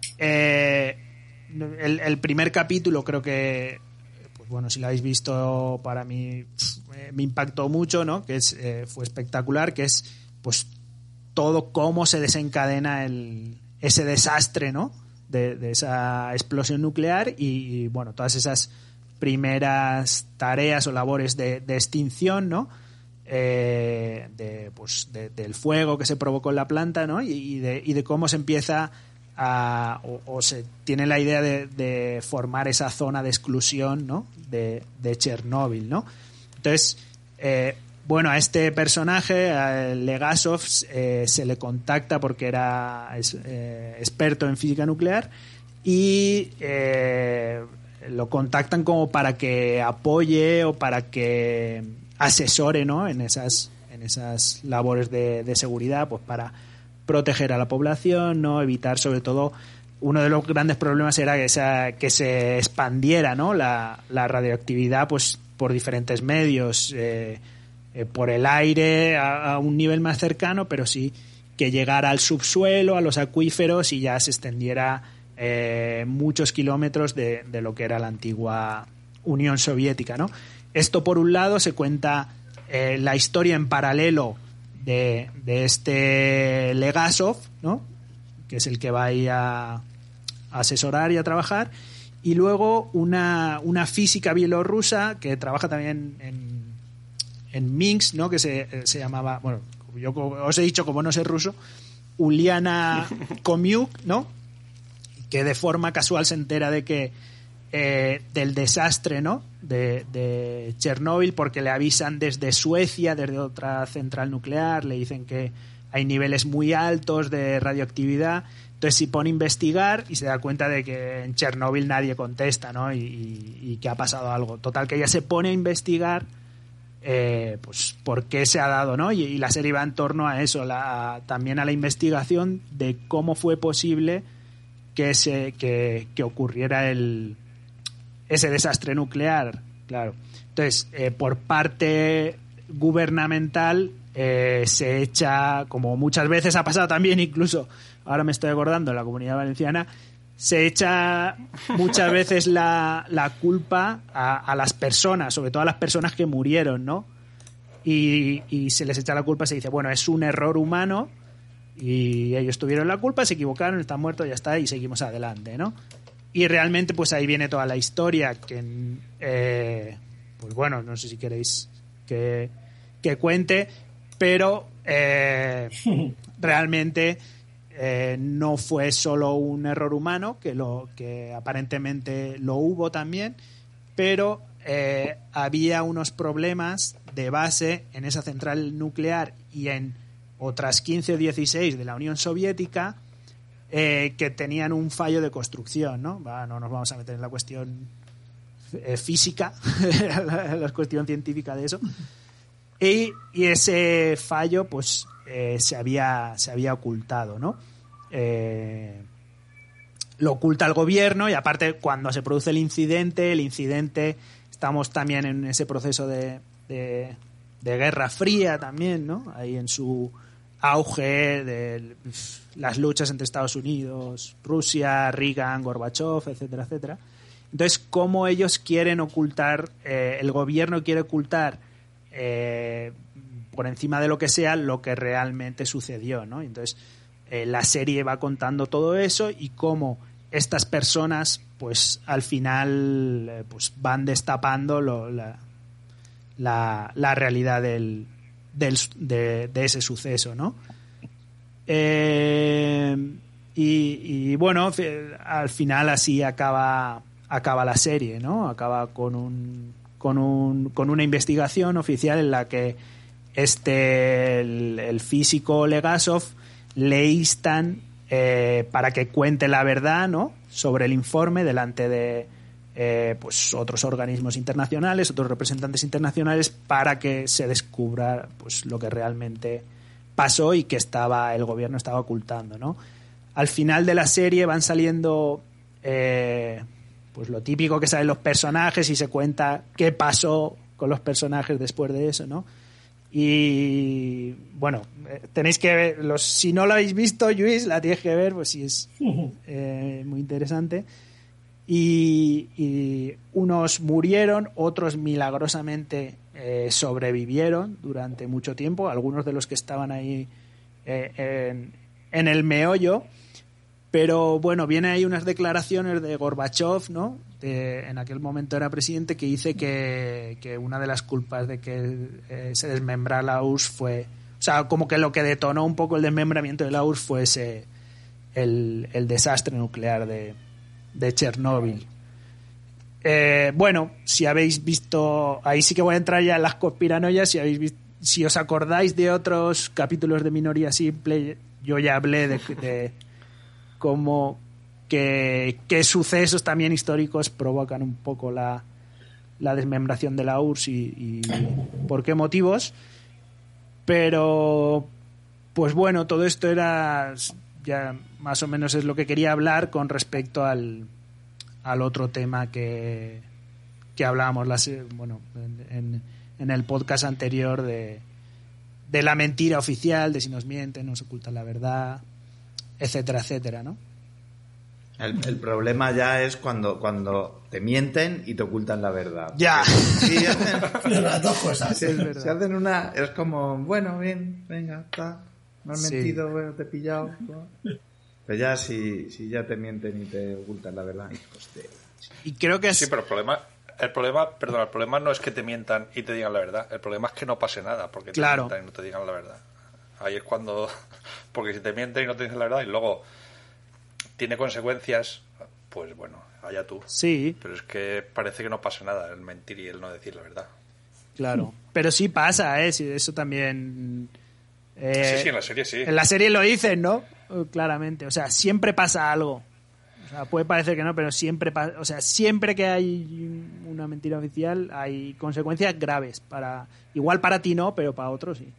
El primer capítulo creo que... Bueno, si lo habéis visto, para mí me impactó mucho, ¿no? Que fue espectacular, que es pues todo cómo se desencadena ese desastre, ¿no? De esa explosión nuclear y bueno, todas esas primeras tareas o labores de extinción, ¿no? Del fuego que se provocó en la planta, ¿no? Y de cómo se empieza o se tiene la idea de formar esa zona de exclusión, ¿no? de Chernóbil, ¿no? Entonces, bueno, a este personaje, a Legasov, se le contacta porque era experto en física nuclear y lo contactan como para que apoye o para que asesore, ¿no? en esas labores de seguridad, pues para proteger a la población, ¿no? Evitar, sobre todo, uno de los grandes problemas era que se expandiera, ¿no? la radioactividad, pues por diferentes medios, por el aire a un nivel más cercano, pero sí que llegara al subsuelo, a los acuíferos, y ya se extendiera muchos kilómetros de lo que era la antigua Unión Soviética, ¿no? Esto, por un lado, se cuenta la historia en paralelo de este Legasov, ¿no? Que es el que va ahí a asesorar y a trabajar, y luego una física bielorrusa que trabaja también en Minsk, ¿no? Que se llamaba, bueno, yo os he dicho, como no sé ruso, Uliana Komiuk, ¿no? Que de forma casual se entera de que del desastre, ¿no? de Chernóbil, porque le avisan desde Suecia, desde otra central nuclear, le dicen que hay niveles muy altos de radioactividad. Entonces se pone a investigar y se da cuenta de que en Chernóbil nadie contesta, ¿no? Y que ha pasado algo. Total, que ella se pone a investigar pues por qué se ha dado, ¿no? Y la serie va en torno a eso, también a la investigación de cómo fue posible que ocurriera ese desastre nuclear, claro. Entonces, por parte gubernamental se echa, como muchas veces ha pasado también, incluso ahora me estoy acordando, en la Comunidad Valenciana, se echa muchas veces la culpa a las personas, sobre todo a las personas que murieron, ¿no? Y se les echa la culpa, se dice, bueno, es un error humano y ellos tuvieron la culpa, se equivocaron, están muertos, ya está, y seguimos adelante, ¿no? Y realmente, pues ahí viene toda la historia, que pues bueno, no sé si queréis que cuente, pero realmente no fue solo un error humano, que aparentemente lo hubo también, pero había unos problemas de base en esa central nuclear y en otras 15 o 16 de la Unión Soviética, que tenían un fallo de construcción, ¿no? No nos vamos a meter en la cuestión física, la cuestión científica de eso. Y ese fallo, pues, se había ocultado, ¿no? Lo oculta el gobierno, y aparte, cuando se produce el incidente, estamos también en ese proceso de Guerra Fría también, ¿no? Ahí en su auge de las luchas entre Estados Unidos, Rusia, Reagan, Gorbachev, etcétera, etcétera. Entonces, cómo ellos quieren ocultar, el gobierno quiere ocultar por encima de lo que sea lo que realmente sucedió, ¿no? Entonces, la serie va contando todo eso y cómo estas personas, pues al final, pues van destapando la realidad de ese suceso, ¿no? Y bueno, al final así acaba la serie, ¿no? Acaba con una investigación oficial en la que el físico Legasov le instan para que cuente la verdad, ¿no? Sobre el informe delante de pues otros organismos internacionales, otros representantes internacionales, para que se descubra, pues, lo que realmente pasó y que el gobierno estaba ocultando, ¿no? Al final de la serie van saliendo pues lo típico que salen los personajes y se cuenta qué pasó con los personajes después de eso, ¿no? Y bueno, tenéis que ver, si no lo habéis visto, Lluís, la tienes que ver, pues sí, es muy interesante. Y unos murieron, otros milagrosamente sobrevivieron durante mucho tiempo, algunos de los que estaban ahí en el meollo. Pero bueno, vienen ahí unas declaraciones de Gorbachev, ¿no? En aquel momento era presidente, que dice que una de las culpas de que se desmembrara la URSS fue, o sea, como que lo que detonó un poco el desmembramiento de la URSS fue el desastre nuclear de Chernóbil. Bueno, si habéis visto, ahí sí que voy a entrar ya en las conspiranoias, si os acordáis de otros capítulos de Minoría Simple, yo ya hablé de cómo que sucesos también históricos provocan un poco la desmembración de la URSS y por qué motivos. Pero, pues bueno, todo esto era ya más o menos es lo que quería hablar con respecto al otro tema que hablábamos en el podcast anterior de la mentira oficial, de si nos mienten, nos ocultan la verdad, etcétera, etcétera, ¿no? El problema ya es cuando te mienten y te ocultan la verdad. Ya. Sí, hacen las dos cosas. Sí, es verdad. Si hacen una, es como, bueno, bien, venga, está. Me has mentido, bueno, te he pillado. ¿No? Pero ya si ya te mienten y te ocultan la verdad, hijos de... Y creo que es... Sí, pero el problema no es que te mientan y te digan la verdad. El problema es que no pase nada porque te mientan y no te digan la verdad. Ahí es cuando... Porque si te mienten y no te dicen la verdad y luego tiene consecuencias, pues bueno, allá tú. Sí. Pero es que parece que no pasa nada el mentir y el no decir la verdad. Claro. Pero sí pasa, ¿eh? Sí, eso también... sí, en la serie sí. En la serie lo dicen, ¿no? Claramente. O sea, siempre pasa algo. O sea, puede parecer que no, pero siempre pasa. O sea, siempre que hay una mentira oficial hay consecuencias graves. Igual para ti no, pero para otros sí.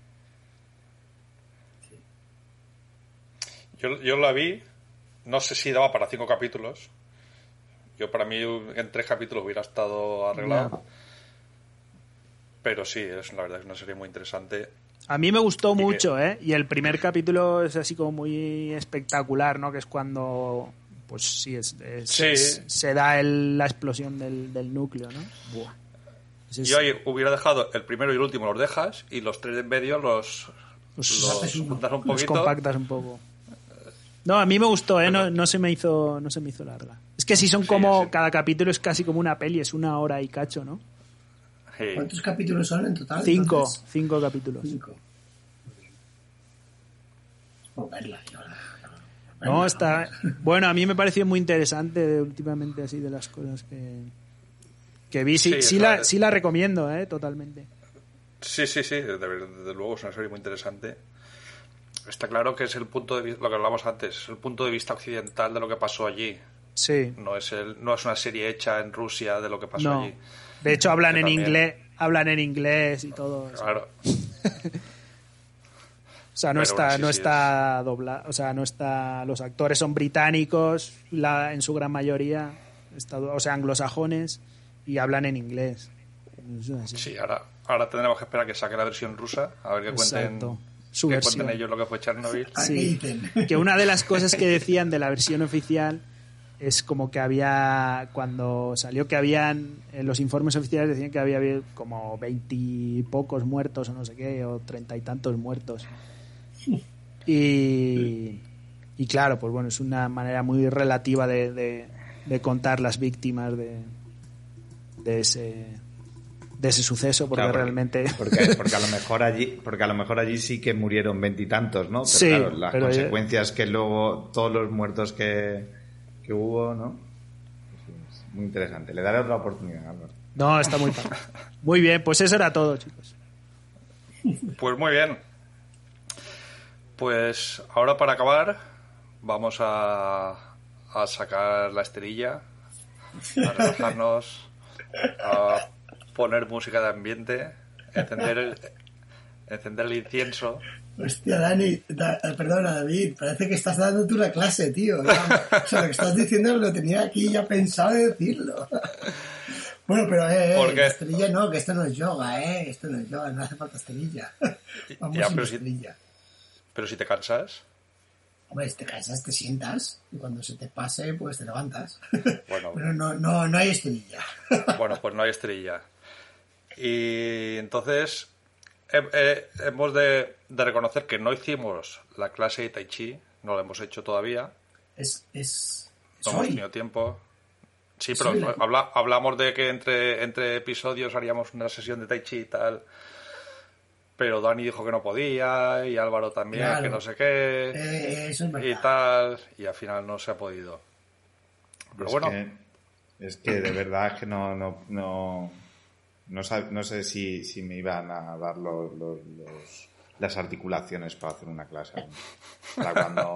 Yo la vi, no sé si daba para 5 capítulos. Yo para mí en 3 capítulos hubiera estado arreglado. No. Pero sí, la verdad es una serie muy interesante. A mí me gustó mucho, ¿eh? Y el primer capítulo es así como muy espectacular, ¿no? Que es cuando, pues sí, se da la explosión del núcleo, ¿no? Buah. Yo ahí hubiera dejado el primero y el último, los dejas, y los 3 de en medio los juntas un poquito. Los compactas un poco. No, a mí me gustó, ¿eh? No se me hizo larga. Es que si son como... Sí. Cada capítulo es casi como una peli, es 1 hora y cacho, ¿no? Sí. ¿Cuántos capítulos son en total? 5 capítulos. 5. Por verla, no, está... Bueno, a mí me pareció muy interesante últimamente así de las cosas que vi. Sí la recomiendo, totalmente. Sí, desde luego es una serie muy interesante. Está claro que es el punto de vista, lo que hablamos antes, es el punto de vista occidental de lo que pasó allí. Sí. No es una serie hecha en Rusia de lo que pasó allí. De hecho hablan en inglés y todo eso. Claro. O sea, no está doblado, o sea, no está, los actores son británicos, en su gran mayoría, anglosajones, y hablan en inglés. Sí, ahora tendremos que esperar a que saque la versión rusa, a ver qué cuenten. Cuenten ellos lo que fue Chernobyl. Sí, que una de las cosas que decían de la versión oficial es como que cuando salió que habían, en los informes oficiales decían que había como 20 y pocos muertos o no sé qué, o 30 y tantos muertos. Y claro, pues bueno, es una manera muy relativa de contar las víctimas de ese suceso, porque claro, realmente porque a lo mejor allí sí que murieron 20 y tantos, ¿no? Pero sí, claro, las consecuencias que luego todos los muertos que hubo, ¿no? Es muy interesante. Le daré otra oportunidad, Álvaro. No, está muy padre. Muy bien, pues eso era todo, chicos. Pues muy bien. Pues ahora para acabar vamos a sacar la esterilla, a relajarnos, a poner música de ambiente, encender el incienso. Hostia, perdona, David, parece que estás dando tú una clase, tío. O sea, lo que estás diciendo lo tenía aquí ya pensado de decirlo. Bueno, pero la esterilla no, que esto no es yoga, esto no es yoga, no hace falta esterilla. Vamos ya, sin esterilla. Pero si te cansas... Hombre, si te cansas te sientas y cuando se te pase pues te levantas. Bueno, pero no hay esterilla. Bueno, pues no hay esterilla. Y entonces hemos de reconocer que no hicimos la clase de Tai Chi, no la hemos hecho todavía. No hemos tenido tiempo. Sí, pero hablamos de que entre episodios haríamos una sesión de Tai Chi y tal. Pero Dani dijo que no podía, y Álvaro también, claro, que no sé qué, eso es y tal, y al final no se ha podido. Pero bueno. Es que de verdad es que no sé si me iban a dar las articulaciones para hacer una clase. Para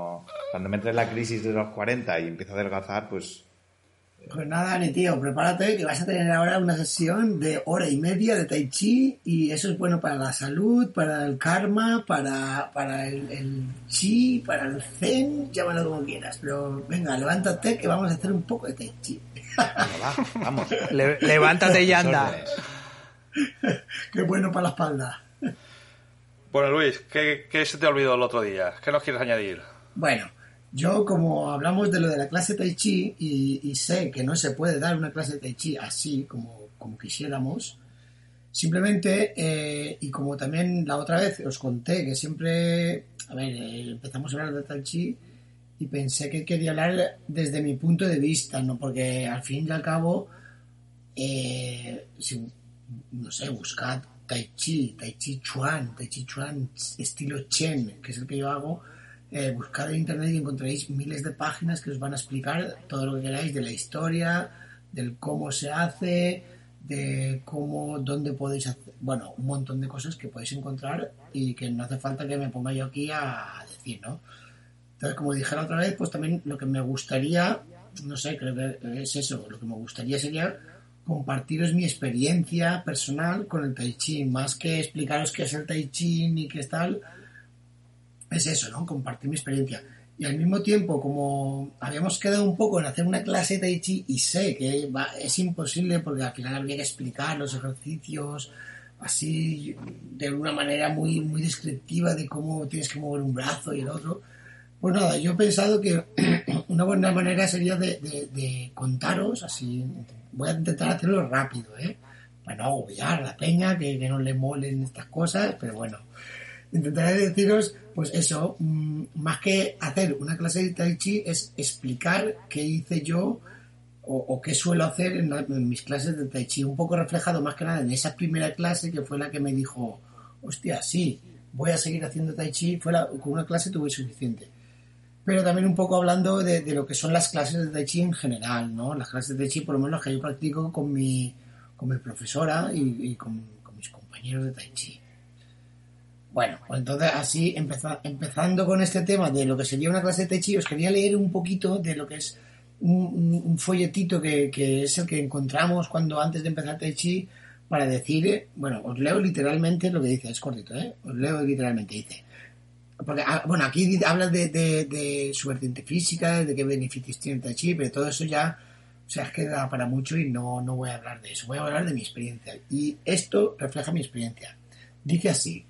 Cuando me entre la crisis de los 40 y empiezo a adelgazar, pues... Pues nada, Dani, tío, prepárate que vas a tener ahora una sesión de 1:30 de Tai Chi y eso es bueno para la salud, para el karma, para el chi, para el zen, llámalo como quieras. Pero venga, levántate que vamos a hacer un poco de Tai Chi. Vamos. Levántate y anda. Qué bueno para la espalda. Bueno, Luis, ¿qué se te olvidó el otro día? ¿Qué nos quieres añadir? Bueno, yo como hablamos de lo de la clase Tai Chi y sé que no se puede dar una clase de Tai Chi así como quisiéramos, simplemente, y como también la otra vez os conté que siempre, empezamos a hablar de Tai Chi y pensé que quería hablar desde mi punto de vista, ¿no? Porque al fin y al cabo, buscad Tai Chi Chuan estilo Chen, que es el que yo hago. Buscad en internet y encontraréis miles de páginas que os van a explicar todo lo que queráis de la historia, del cómo se hace, de dónde podéis hacer, bueno, un montón de cosas que podéis encontrar y que no hace falta que me ponga yo aquí a decir, ¿no? Entonces, como dije la otra vez, pues también lo que me gustaría, no sé, creo que es eso, lo que me gustaría sería compartiros mi experiencia personal con el Tai Chi, más que explicaros qué es el Tai Chi ni qué es tal. Es eso, ¿no? Compartir mi experiencia. Y al mismo tiempo, como habíamos quedado un poco en hacer una clase de Tai Chi y sé que es imposible porque al final habría que explicar los ejercicios así de una manera muy, muy descriptiva de cómo tienes que mover un brazo y el otro. Pues nada, yo he pensado que una buena manera sería de contaros así. Voy a intentar hacerlo rápido, para no agobiar a la peña, que no le molen estas cosas, pero bueno. Intentaré deciros, pues eso, más que hacer una clase de Tai Chi, es explicar qué hice yo o qué suelo hacer en mis clases de Tai Chi. Un poco reflejado más que nada en esa primera clase que fue la que me dijo, hostia, sí, voy a seguir haciendo Tai Chi. Con una clase tuve suficiente. Pero también un poco hablando de lo que son las clases de Tai Chi en general, ¿no? Las clases de Tai Chi, por lo menos que yo practico con mi profesora y con mis compañeros de Tai Chi. Bueno, pues entonces así, empezando con este tema de lo que sería una clase de Tai Chi, os quería leer un poquito de lo que es un folletito que es el que encontramos antes de empezar Tai Chi para decir, bueno, os leo literalmente lo que dice, es cortito, os leo literalmente, dice, porque, bueno, aquí habla de su vertiente física, de qué beneficios tiene el Tai Chi, pero todo eso ya, o sea, es que da para mucho y no voy a hablar de eso, voy a hablar de mi experiencia, y esto refleja mi experiencia. Dice así,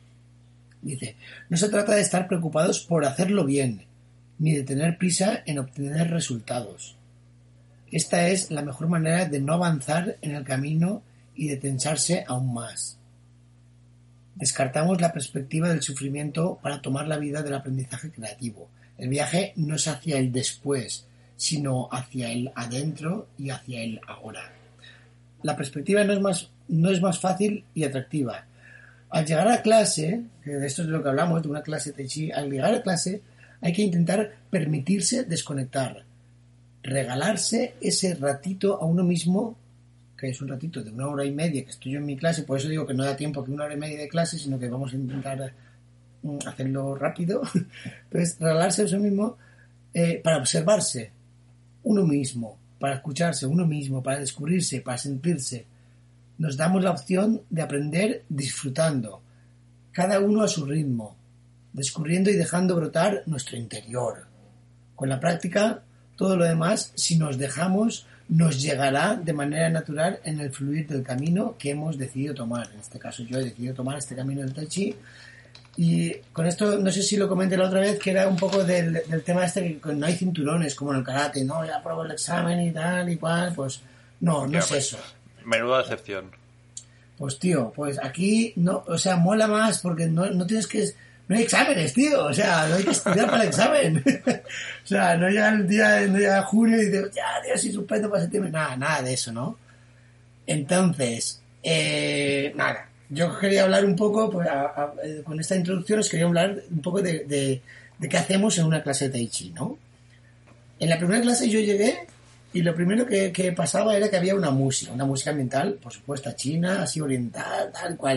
no se trata de estar preocupados por hacerlo bien, ni de tener prisa en obtener resultados. Esta es la mejor manera de no avanzar en el camino y de tensarse aún más. Descartamos la perspectiva del sufrimiento para tomar la vida del aprendizaje creativo. El viaje no es hacia el después, sino hacia el adentro y hacia el ahora. La perspectiva no es más fácil y atractiva. Al llegar a clase, que de esto es de lo que hablamos, de una clase de Tai Chi, al llegar a clase hay que intentar permitirse desconectar, regalarse ese ratito a uno mismo, que es un ratito de 1:30 que estoy yo en mi clase, por eso digo que no da tiempo que 1:30 de clase, sino que vamos a intentar hacerlo rápido. Entonces, regalarse a eso mismo para observarse uno mismo, para escucharse uno mismo, para descubrirse, para sentirse. Nos damos la opción de aprender disfrutando, cada uno a su ritmo, descubriendo y dejando brotar nuestro interior. Con la práctica, todo lo demás, si nos dejamos, nos llegará de manera natural en el fluir del camino que hemos decidido tomar. En este caso, yo he decidido tomar este camino del Tai Chi. Y con esto, no sé si lo comenté la otra vez, que era un poco del tema este que no hay cinturones, como en el karate, no, ya aprobó el examen y tal y cual, pues no es eso. Menuda decepción. Pues tío, pues aquí no, o sea, mola más porque no tienes que, no hay exámenes, tío, o sea, no hay que estudiar para el examen. O sea, no llega junio y dices, ya, tío, si suspendo para septiembre, nada de eso, ¿no? Entonces, nada, yo quería hablar un poco, pues, con esta introducción os quería hablar un poco de qué hacemos en una clase de Tai Chi, ¿no? En la primera clase yo llegué y lo primero que pasaba era que había una música ambiental, por supuesto china, así oriental, tal cual.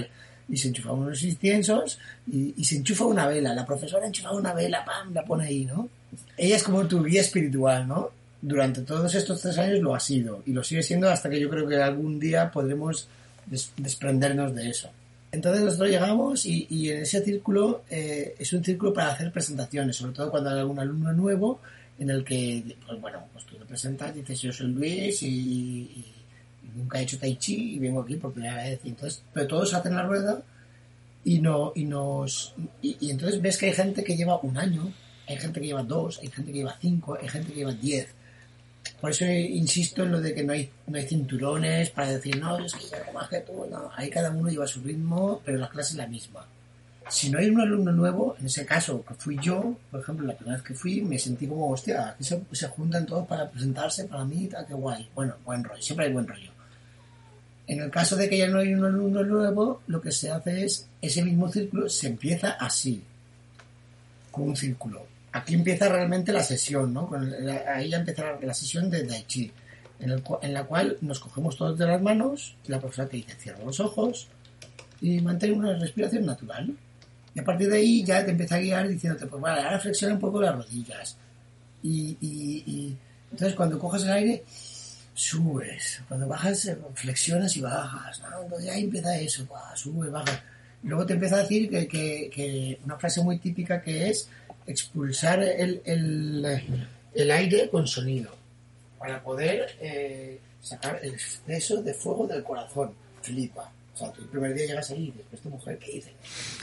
y se enchufaban unos inciensos y se enchufa una vela. La profesora enchufaba una vela, ¡pam!, la pone ahí, ¿no? Ella es como tu guía espiritual, ¿no? Durante todos estos 3 años lo ha sido y lo sigue siendo hasta que yo creo que algún día podremos desprendernos de eso. Entonces nosotros llegamos y en ese círculo es un círculo para hacer presentaciones, sobre todo cuando hay algún alumno nuevo en el que, pues bueno, pues tú te presentas y dices yo soy Luis y nunca he hecho tai chi y vengo aquí por primera vez. Y entonces, pero todos hacen la rueda y entonces ves que hay gente que lleva 1 año, hay gente que lleva 2, hay gente que lleva 5, hay gente que lleva 10. Por eso insisto en lo de que no hay cinturones para decir, no, es que yo hago más que tú. No, ahí cada uno lleva su ritmo, pero la clase es la misma. Si no hay un alumno nuevo, en ese caso, que fui yo, por ejemplo, la primera vez que fui, me sentí como, hostia, aquí se juntan todos para presentarse, para mí, tal, qué guay. Bueno, buen rollo, siempre hay buen rollo. En el caso de que ya no hay un alumno nuevo, lo que se hace es, ese mismo círculo se empieza así, con un círculo. Aquí empieza realmente la sesión, ¿no? Ahí ya empieza la sesión de Tai Chi, en la cual nos cogemos todos de las manos, y la profesora te dice, cierra los ojos y mantén una respiración natural, ¿no? Y a partir de ahí ya te empieza a guiar diciéndote, pues vale, ahora flexiona un poco las rodillas. Y entonces cuando coges el aire, subes. Cuando bajas, flexionas y bajas, ¿no? Entonces ahí empieza eso, subes, bajas. Y luego te empieza a decir que una frase muy típica que es expulsar el aire con sonido para poder sacar el exceso de fuego del corazón. Flipa. O sea, tú el primer día llegas ahí y después tu mujer, ¿qué dice?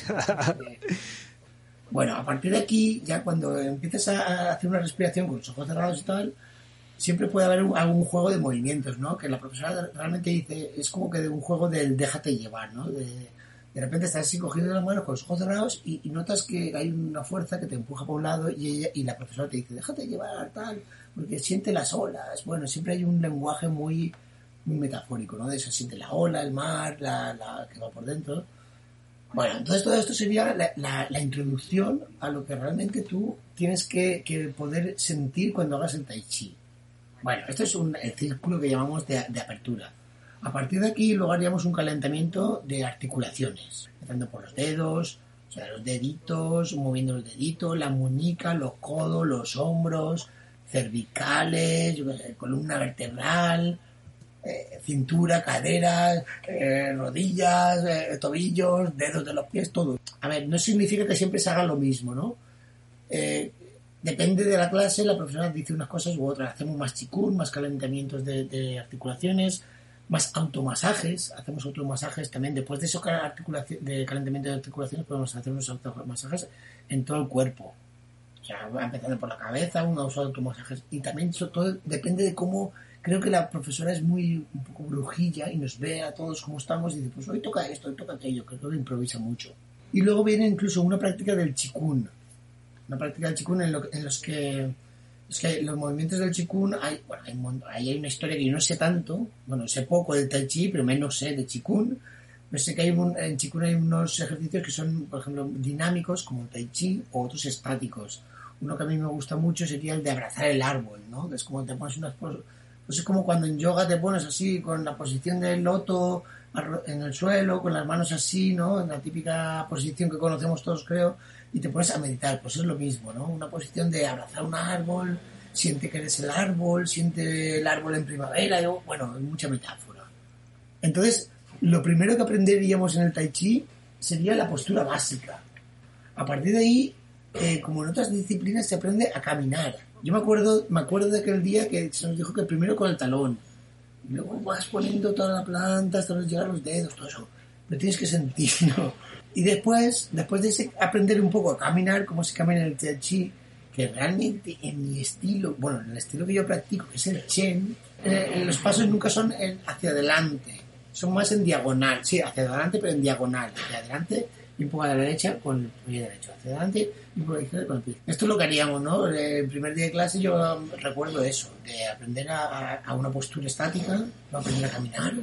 Bueno, a partir de aquí, ya cuando empiezas a hacer una respiración con los ojos cerrados y tal, siempre puede haber algún juego de movimientos, ¿no? Que la profesora realmente dice, es como que de un juego del déjate llevar, ¿no? De repente estás así cogido de las manos con los ojos cerrados y notas que hay una fuerza que te empuja por un lado y la profesora te dice, déjate llevar, tal, porque siente las olas. Bueno, siempre hay un lenguaje muy metafórico, ¿no? De eso, siente la ola, el mar, la que va por dentro. Bueno, entonces todo esto sería la introducción a lo que realmente tú tienes que poder sentir cuando hagas el Tai Chi. Bueno, esto es el círculo que llamamos de apertura. A partir de aquí luego haríamos un calentamiento de articulaciones, empezando por los dedos, o sea, los deditos, moviendo los deditos, la muñeca, los codos, los hombros, cervicales, columna vertebral, cintura, caderas, rodillas, tobillos, dedos de los pies, todo. A ver, no significa que siempre se haga lo mismo, ¿no? Depende de la clase, la profesora dice unas cosas u otras. Hacemos más chikun, más calentamientos de articulaciones, más automasajes, hacemos automasajes también. Después de eso de calentamiento de articulaciones podemos hacer unos automasajes en todo el cuerpo. O sea, empezando por la cabeza, unos automasajes. Y también eso todo depende de cómo. Creo que la profesora es un poco brujilla y nos ve a todos como estamos y dice, pues hoy toca esto, hoy toca aquello, que todo improvisa mucho. Y luego viene incluso una práctica del Qigong. Una práctica del Qigong en los que... Es que los movimientos del Qigong, hay una historia que yo no sé tanto, bueno, sé poco del Tai Chi, pero menos sé de Qigong. Pero sé que en Qigong hay unos ejercicios que son, por ejemplo, dinámicos, como el Tai Chi, o otros estáticos. Uno que a mí me gusta mucho sería el de abrazar el árbol, ¿no? Es como te pones unas... Pues es como cuando en yoga te pones así, con la posición del loto en el suelo, con las manos así, ¿no? En la típica posición que conocemos todos, creo, y te pones a meditar. Pues es lo mismo, ¿no? Una posición de abrazar un árbol, siente que eres el árbol, siente el árbol en primavera, bueno, hay mucha metáfora. Entonces, lo primero que aprenderíamos en el Tai Chi sería la postura básica. A partir de ahí, como en otras disciplinas, se aprende a caminar. Yo me acuerdo de aquel día que se nos dijo que primero con el talón, y luego vas poniendo toda la planta hasta llegar a los dedos, todo eso. Lo tienes que sentir, ¿no? Y después de aprender un poco a caminar, como se camina en el Tai Chi, que realmente en mi estilo, bueno, en el estilo que yo practico, que es el Chen, los pasos nunca son hacia adelante, son más en diagonal. Sí, hacia adelante, pero en diagonal. Hacia adelante y un poco a la derecha con el pie derecho, hacia adelante y un poco a la izquierda con el pie. Esto es lo que haríamos, ¿no? El primer día de clase yo recuerdo eso, de aprender a una postura estática, aprender a caminar.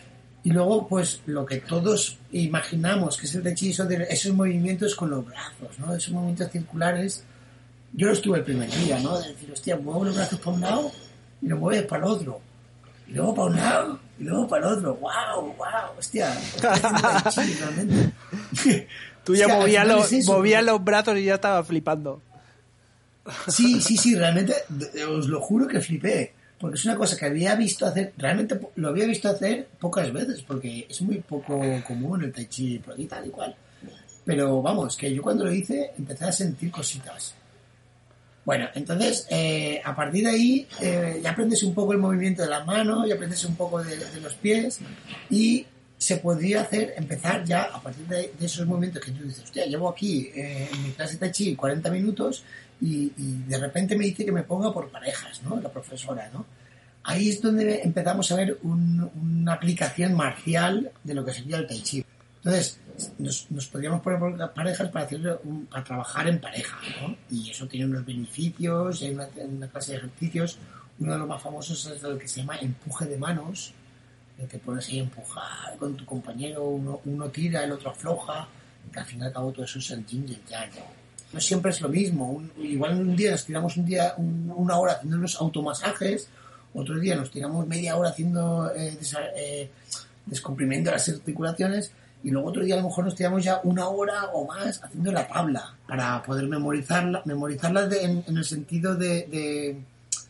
Y luego, pues, lo que todos imaginamos que es el Tai Chi, esos movimientos con los brazos, ¿no? Esos movimientos circulares. Yo lo estuve el primer día, ¿no? De decir, hostia, muevo los brazos para un lado y los mueves para el otro. Y luego para un lado y luego para el otro, wow, hostia, estoy haciendo tai chi, realmente. Tú ya Hostia, movías los brazos y ya estaba flipando. Sí, realmente os lo juro que flipé, porque es una cosa que había visto hacer, realmente lo había visto hacer pocas veces, porque es muy poco común el tai chi por aquí tal y cual. Pero vamos, que yo cuando lo hice empecé a sentir cositas. Bueno, entonces, a partir de ahí ya aprendes un poco el movimiento de las manos, ya aprendes un poco de los pies y se podría empezar ya a partir de esos movimientos que tú dices, hostia, llevo aquí en mi clase de Tai Chi 40 minutos y de repente me dice que me ponga por parejas, ¿no? La profesora, ¿no? Ahí es donde empezamos a ver una aplicación marcial de lo que sería el Tai Chi. Entonces, nos podríamos poner por parejas para trabajar en pareja, ¿no? Y eso tiene unos beneficios, hay una clase de ejercicios. Uno de los más famosos es el que se llama empuje de manos, que te pones ahí a empujar con tu compañero, uno tira, el otro afloja, que al fin y al cabo todo eso es el yin y el yang. No siempre es lo mismo. Igual un día nos tiramos una hora haciendo unos automasajes, otro día nos tiramos media hora haciendo descomprimiendo las articulaciones, y luego otro día a lo mejor nos tiramos ya una hora o más haciendo la tabla para poder memorizarla en el sentido de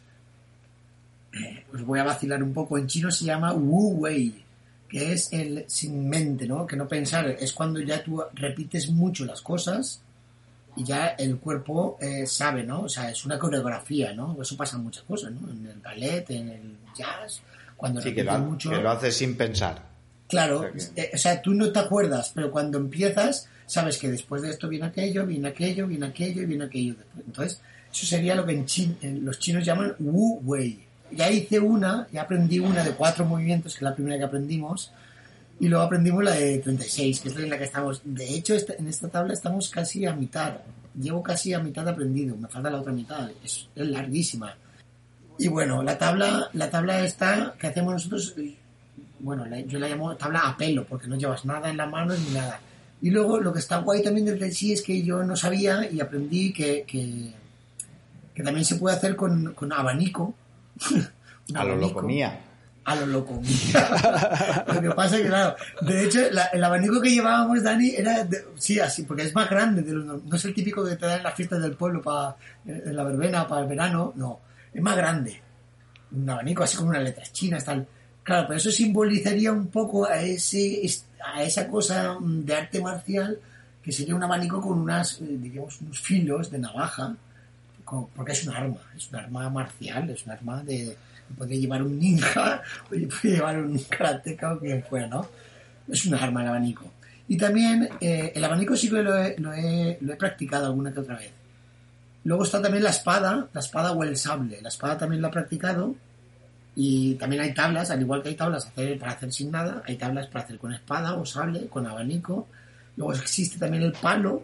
pues voy a vacilar un poco. En chino se llama Wu Wei, que es el sin mente, ¿no? Que no pensar. Es cuando ya tú repites mucho las cosas y ya el cuerpo sabe, ¿no? O sea, es una coreografía, ¿no? Eso pasa en muchas cosas, ¿no? En el ballet, en el jazz, cuando sí, que lo haces sin pensar. Claro, o sea, tú no te acuerdas, pero cuando empiezas, sabes que después de esto viene aquello, viene aquello, viene aquello y viene aquello después. Entonces, eso sería lo que los chinos llaman Wu Wei. Ya aprendí una de 4 movimientos, que es la primera que aprendimos, y luego aprendimos la de 36, que es en la que estamos. De hecho, en esta tabla estamos casi a mitad. Llevo casi a mitad aprendido, me falta la otra mitad, es larguísima. Y bueno, la tabla esta que hacemos nosotros, bueno, yo la llamo tabla a pelo, porque no llevas nada en las manos ni nada. Y luego lo que está guay también del Tai Chi es que yo no sabía y aprendí que también se puede hacer con abanico. A lo locomía. Lo que pasa es que, claro, de hecho, el abanico que llevábamos, Dani, era, sí, así, porque es más grande. No es el típico que te dan en las fiestas del pueblo en la verbena, para el verano, no. Es más grande. Un abanico así con unas letras chinas, tal. Claro, pero eso simbolizaría un poco a esa cosa de arte marcial, que sería un abanico con diríamos, unos filos de navaja, porque es un arma marcial, es un arma podría llevar un ninja, o podría llevar un karateka o quien fuera, ¿no? Es un arma el abanico. Y también el abanico sí que lo he practicado alguna que otra vez. Luego está también la espada o el sable. La espada también la he practicado. Y también hay tablas, al igual que hay tablas para hacer sin nada, hay tablas para hacer con espada o sable, con abanico. Luego existe también el palo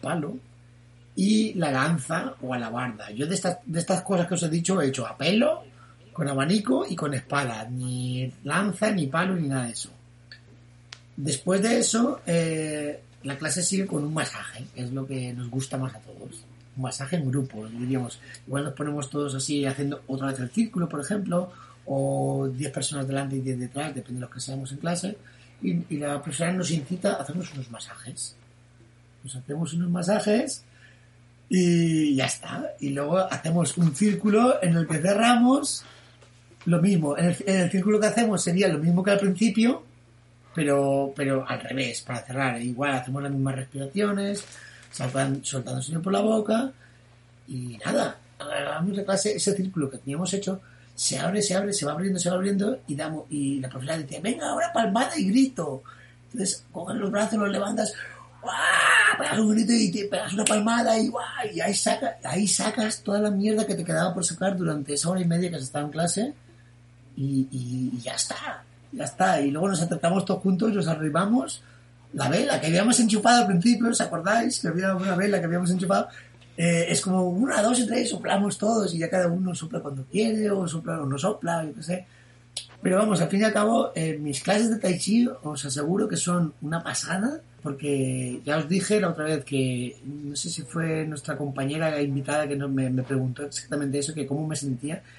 y la lanza o alabarda. Yo de estas cosas que os he dicho he hecho a pelo, con abanico y con espada. Ni lanza, ni palo, ni nada de eso. Después de eso, la clase sigue con un masaje, que es lo que nos gusta más a todos. Un masaje en grupo, diríamos. Igual nos ponemos todos así haciendo otra vez el círculo, por ejemplo, o 10 personas delante y 10 detrás, depende de los que seamos en clase, y la profesora nos incita a hacernos unos masajes. Nos hacemos unos masajes y ya está. Y luego hacemos un círculo en el que cerramos. Lo mismo, en el círculo que hacemos sería lo mismo que al principio, pero al revés, para cerrar. Igual hacemos las mismas respiraciones, soltando sonido por la boca, y nada, hagamos la clase, ese círculo que teníamos hecho se abre, se va abriendo, y la profesora dice, venga, ahora palmada y grito. Entonces coges los brazos, los levantas, ¡guau! Pegas un grito y te pegas una palmada y ¡guau! Y ahí sacas toda la mierda que te quedaba por sacar durante esa hora y media que has estado en clase, y ya está. Y luego nos acercamos todos juntos, nos arribamos. La vela que habíamos enchufado al principio, ¿os acordáis? Que había una vela que habíamos enchufado. Es como 1, 2 y 3, soplamos todos y ya cada uno sopla cuando quiere o no sopla, yo qué sé. Pero vamos, al fin y al cabo, mis clases de Tai Chi os aseguro que son una pasada, porque ya os dije la otra vez que, no sé si fue nuestra compañera invitada que me preguntó exactamente eso, que cómo me sentía.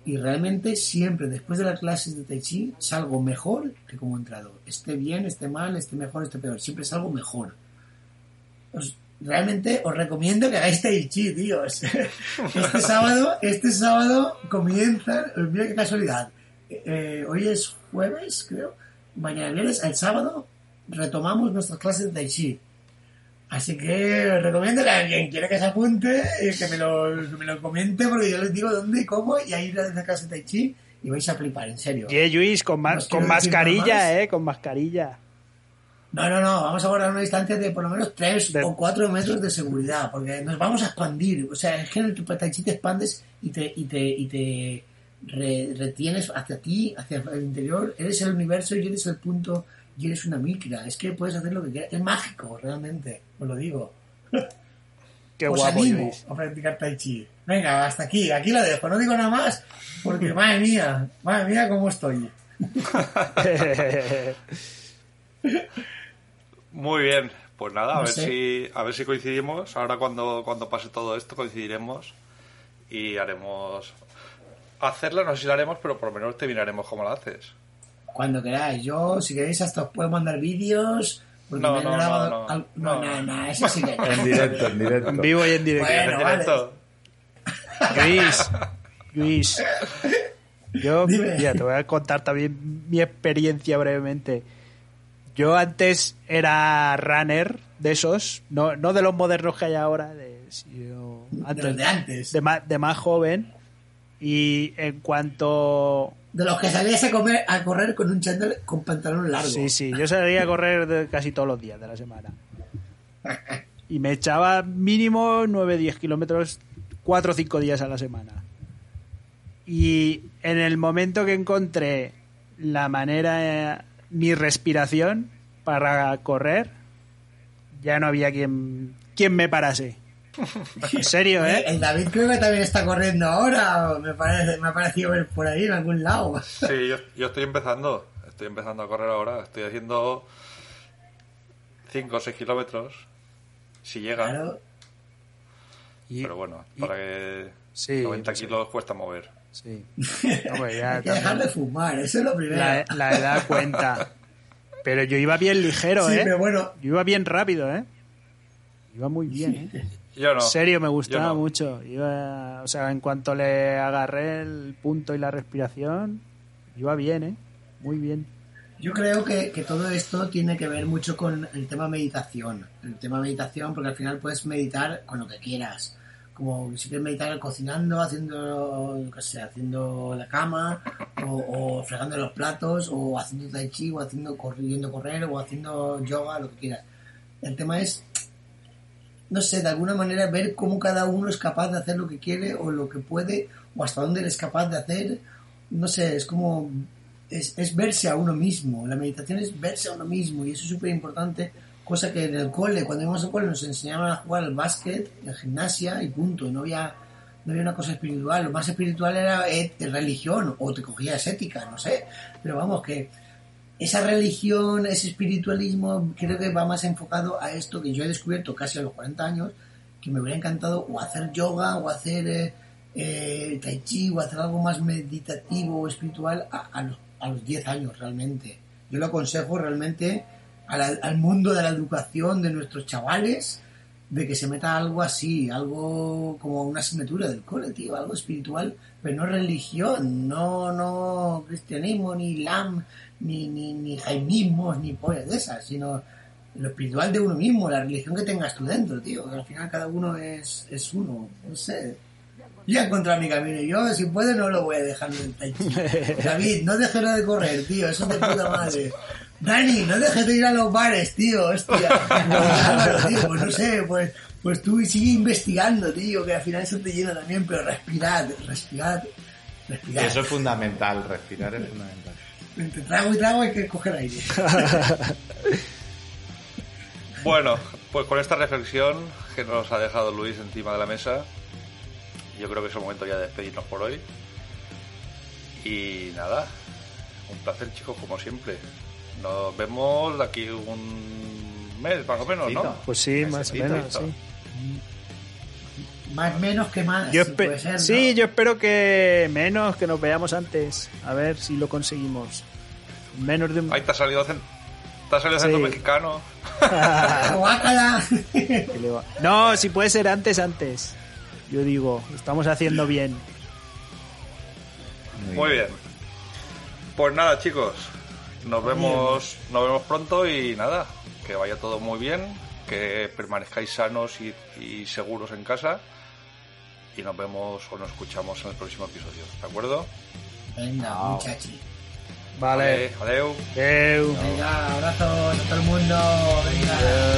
Y realmente siempre después de las clases de Tai Chi salgo mejor que como he entrado. Esté bien, esté mal, esté mejor, esté peor. Siempre salgo mejor. Realmente os recomiendo que hagáis Tai Chi, tíos. Este sábado comienza... Mira qué casualidad. Hoy es jueves, creo. Mañana viernes, el sábado, retomamos nuestras clases de Tai Chi. Así que os recomiendo que alguien quiera que se apunte y que me lo comente, porque yo les digo dónde y cómo, y ahí ir a la clase de Tai Chi y vais a flipar, en serio. Luis, con mascarilla, con mascarilla. No, vamos a guardar una distancia de por lo menos 3 o 4 metros de seguridad, porque nos vamos a expandir. O sea, es que en el Tai Chi te expandes y te retienes hacia ti, hacia el interior. Eres el universo y eres el punto... Y eres una micra, es que puedes hacer lo que quieras. Es mágico, realmente, os lo digo. Qué os guapo, animo Luis. a practicar Tai Chi. Venga, hasta aquí lo dejo, no digo nada más, porque madre mía cómo estoy. Muy bien, pues nada, No sé. a ver si coincidimos. Ahora cuando pase todo esto coincidiremos y haremos... Hacerla, no sé si la haremos, pero por lo menos te miraremos cómo la haces. Cuando queráis, yo, si queréis, hasta os puedo mandar vídeos. Porque me he grabado. No, eso sí que. En directo. En vivo y en directo. Bueno, En directo. Luis, yo Dime. mira, te voy a contar también mi experiencia brevemente. Yo antes era runner de esos, no de los modernos que hay ahora, sino De los de antes. de más joven. Y en cuanto... De los que salías a correr con un chándal con pantalón largo. Sí, yo salía a correr casi todos los días de la semana. Y me echaba mínimo 9-10 kilómetros 4 o 5 días a la semana. Y en el momento que encontré la manera, mi respiración para correr, ya no había quien me parase. En serio, ¿eh? El David creo que también está corriendo ahora. Me ha parecido ver por ahí en algún lado. Sí, yo estoy empezando a correr ahora. Estoy haciendo 5 o 6 kilómetros, si llega. Claro. Pero bueno, para que Sí, 90 kilos cuesta mover. Sí. Hombre, ya Hay que dejar de fumar, eso es lo primero. la edad cuenta. Pero yo iba bien ligero, Sí, ¿eh? pero bueno. Yo iba bien rápido, ¿eh? Iba muy bien, ¿eh? Yo no. En serio, me gustaba Yo no. mucho. O sea, en cuanto le agarré el punto y la respiración, iba bien, ¿eh? Muy bien. Yo creo que todo esto tiene que ver mucho con el tema meditación. El tema meditación, porque al final puedes meditar con lo que quieras. Como si quieres meditar cocinando, haciendo la cama, o fregando los platos, o haciendo tai chi, o yendo a correr, o haciendo yoga, lo que quieras. El tema es, no sé, de alguna manera ver cómo cada uno es capaz de hacer lo que quiere, o lo que puede, o hasta dónde eres capaz de hacer. No sé, es como... Es verse a uno mismo. La meditación es verse a uno mismo, y eso es súper importante, cosa que en el cole, cuando íbamos al cole, nos enseñaban a jugar al básquet, en gimnasia y punto. No había una cosa espiritual. Lo más espiritual era religión, o te cogías ética, no sé. Pero vamos, que esa religión, ese espiritualismo, creo que va más enfocado a esto que yo he descubierto casi a los 40 años, que me hubiera encantado o hacer yoga, o hacer tai chi, o hacer algo más meditativo o espiritual a los 10 años realmente. Yo lo aconsejo realmente al mundo de la educación de nuestros chavales, de que se meta algo así, algo como una asignatura del cole, tío, algo espiritual, pero no religión, no cristianismo, ni islam, ni jaimismos, ni pollas de esas, sino lo espiritual de uno mismo, la religión que tengas tú dentro, tío, que al final cada uno es uno, no sé. Yo he encontrado mi camino, y yo, si puedo, no lo voy a dejar en el tai chi. David, no dejes de correr, tío, eso es de puta madre. Dani, no dejes de ir a los bares, tío, hostia. Álvaro, tío, pues no sé, pues tú sigue investigando, tío, que al final eso te llena también, pero respirad. Eso es fundamental, respirar es fundamental. Entre trago y trago hay que coger aire. Bueno, pues con esta reflexión que nos ha dejado Luis encima de la mesa, yo creo que es el momento ya de despedirnos por hoy. Y nada, un placer, chicos, como siempre. Nos vemos de aquí un mes, más o menos, ¿no? Pues sí, más o menos, sí. Más menos que más. Yo sí, puede ser, ¿no? Sí, yo espero que menos, que nos veamos antes. A ver si lo conseguimos. Menos de un... Ahí te ha salido acento Sí. mexicano. Guácala. No, si puede ser antes. Yo digo, lo estamos haciendo bien. Muy bien. Pues nada, chicos. Nos vemos pronto y nada, que vaya todo muy bien, que permanezcáis sanos y seguros en casa y nos vemos o nos escuchamos en el próximo episodio, ¿de acuerdo? Venga, muchachi. Vale. Adeu. Venga, abrazos a todo el mundo. Venga.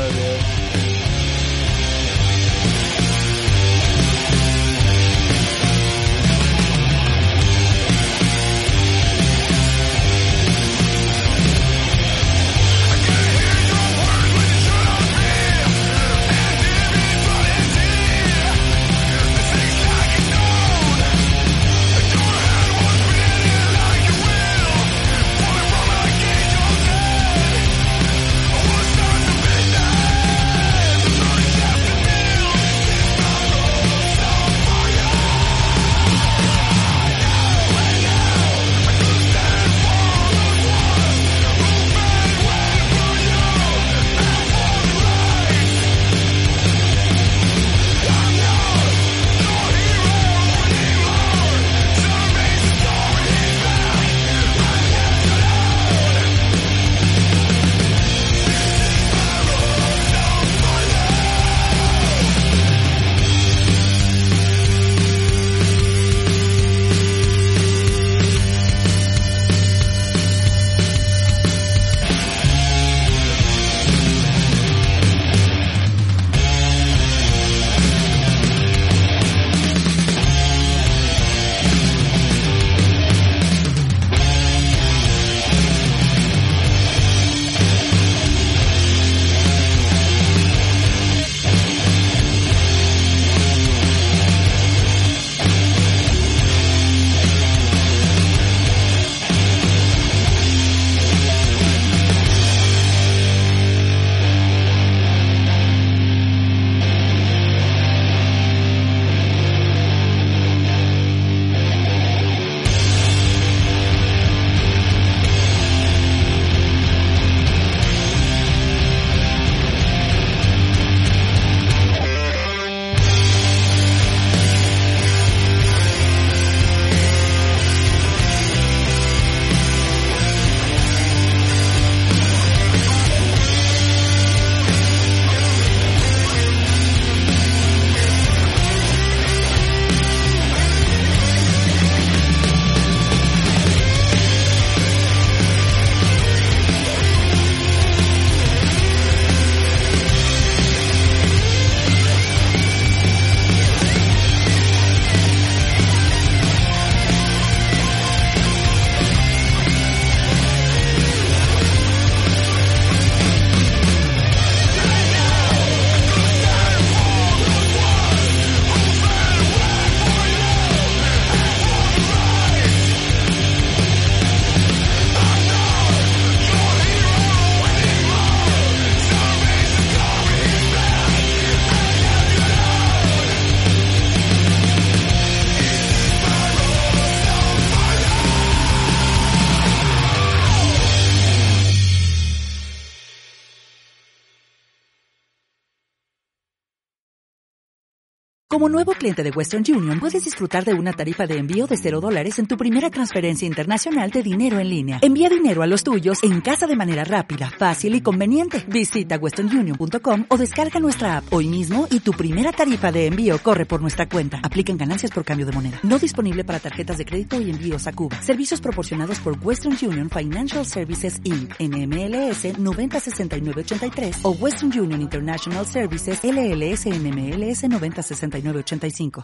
Como nuevo cliente de Western Union, puedes disfrutar de una tarifa de envío de $0 en tu primera transferencia internacional de dinero en línea. Envía dinero a los tuyos en casa de manera rápida, fácil y conveniente. Visita westernunion.com o descarga nuestra app hoy mismo y tu primera tarifa de envío corre por nuestra cuenta. Aplican ganancias por cambio de moneda. No disponible para tarjetas de crédito y envíos a Cuba. Servicios proporcionados por Western Union Financial Services Inc. NMLS 906983 o Western Union International Services LLS NMLS 906985.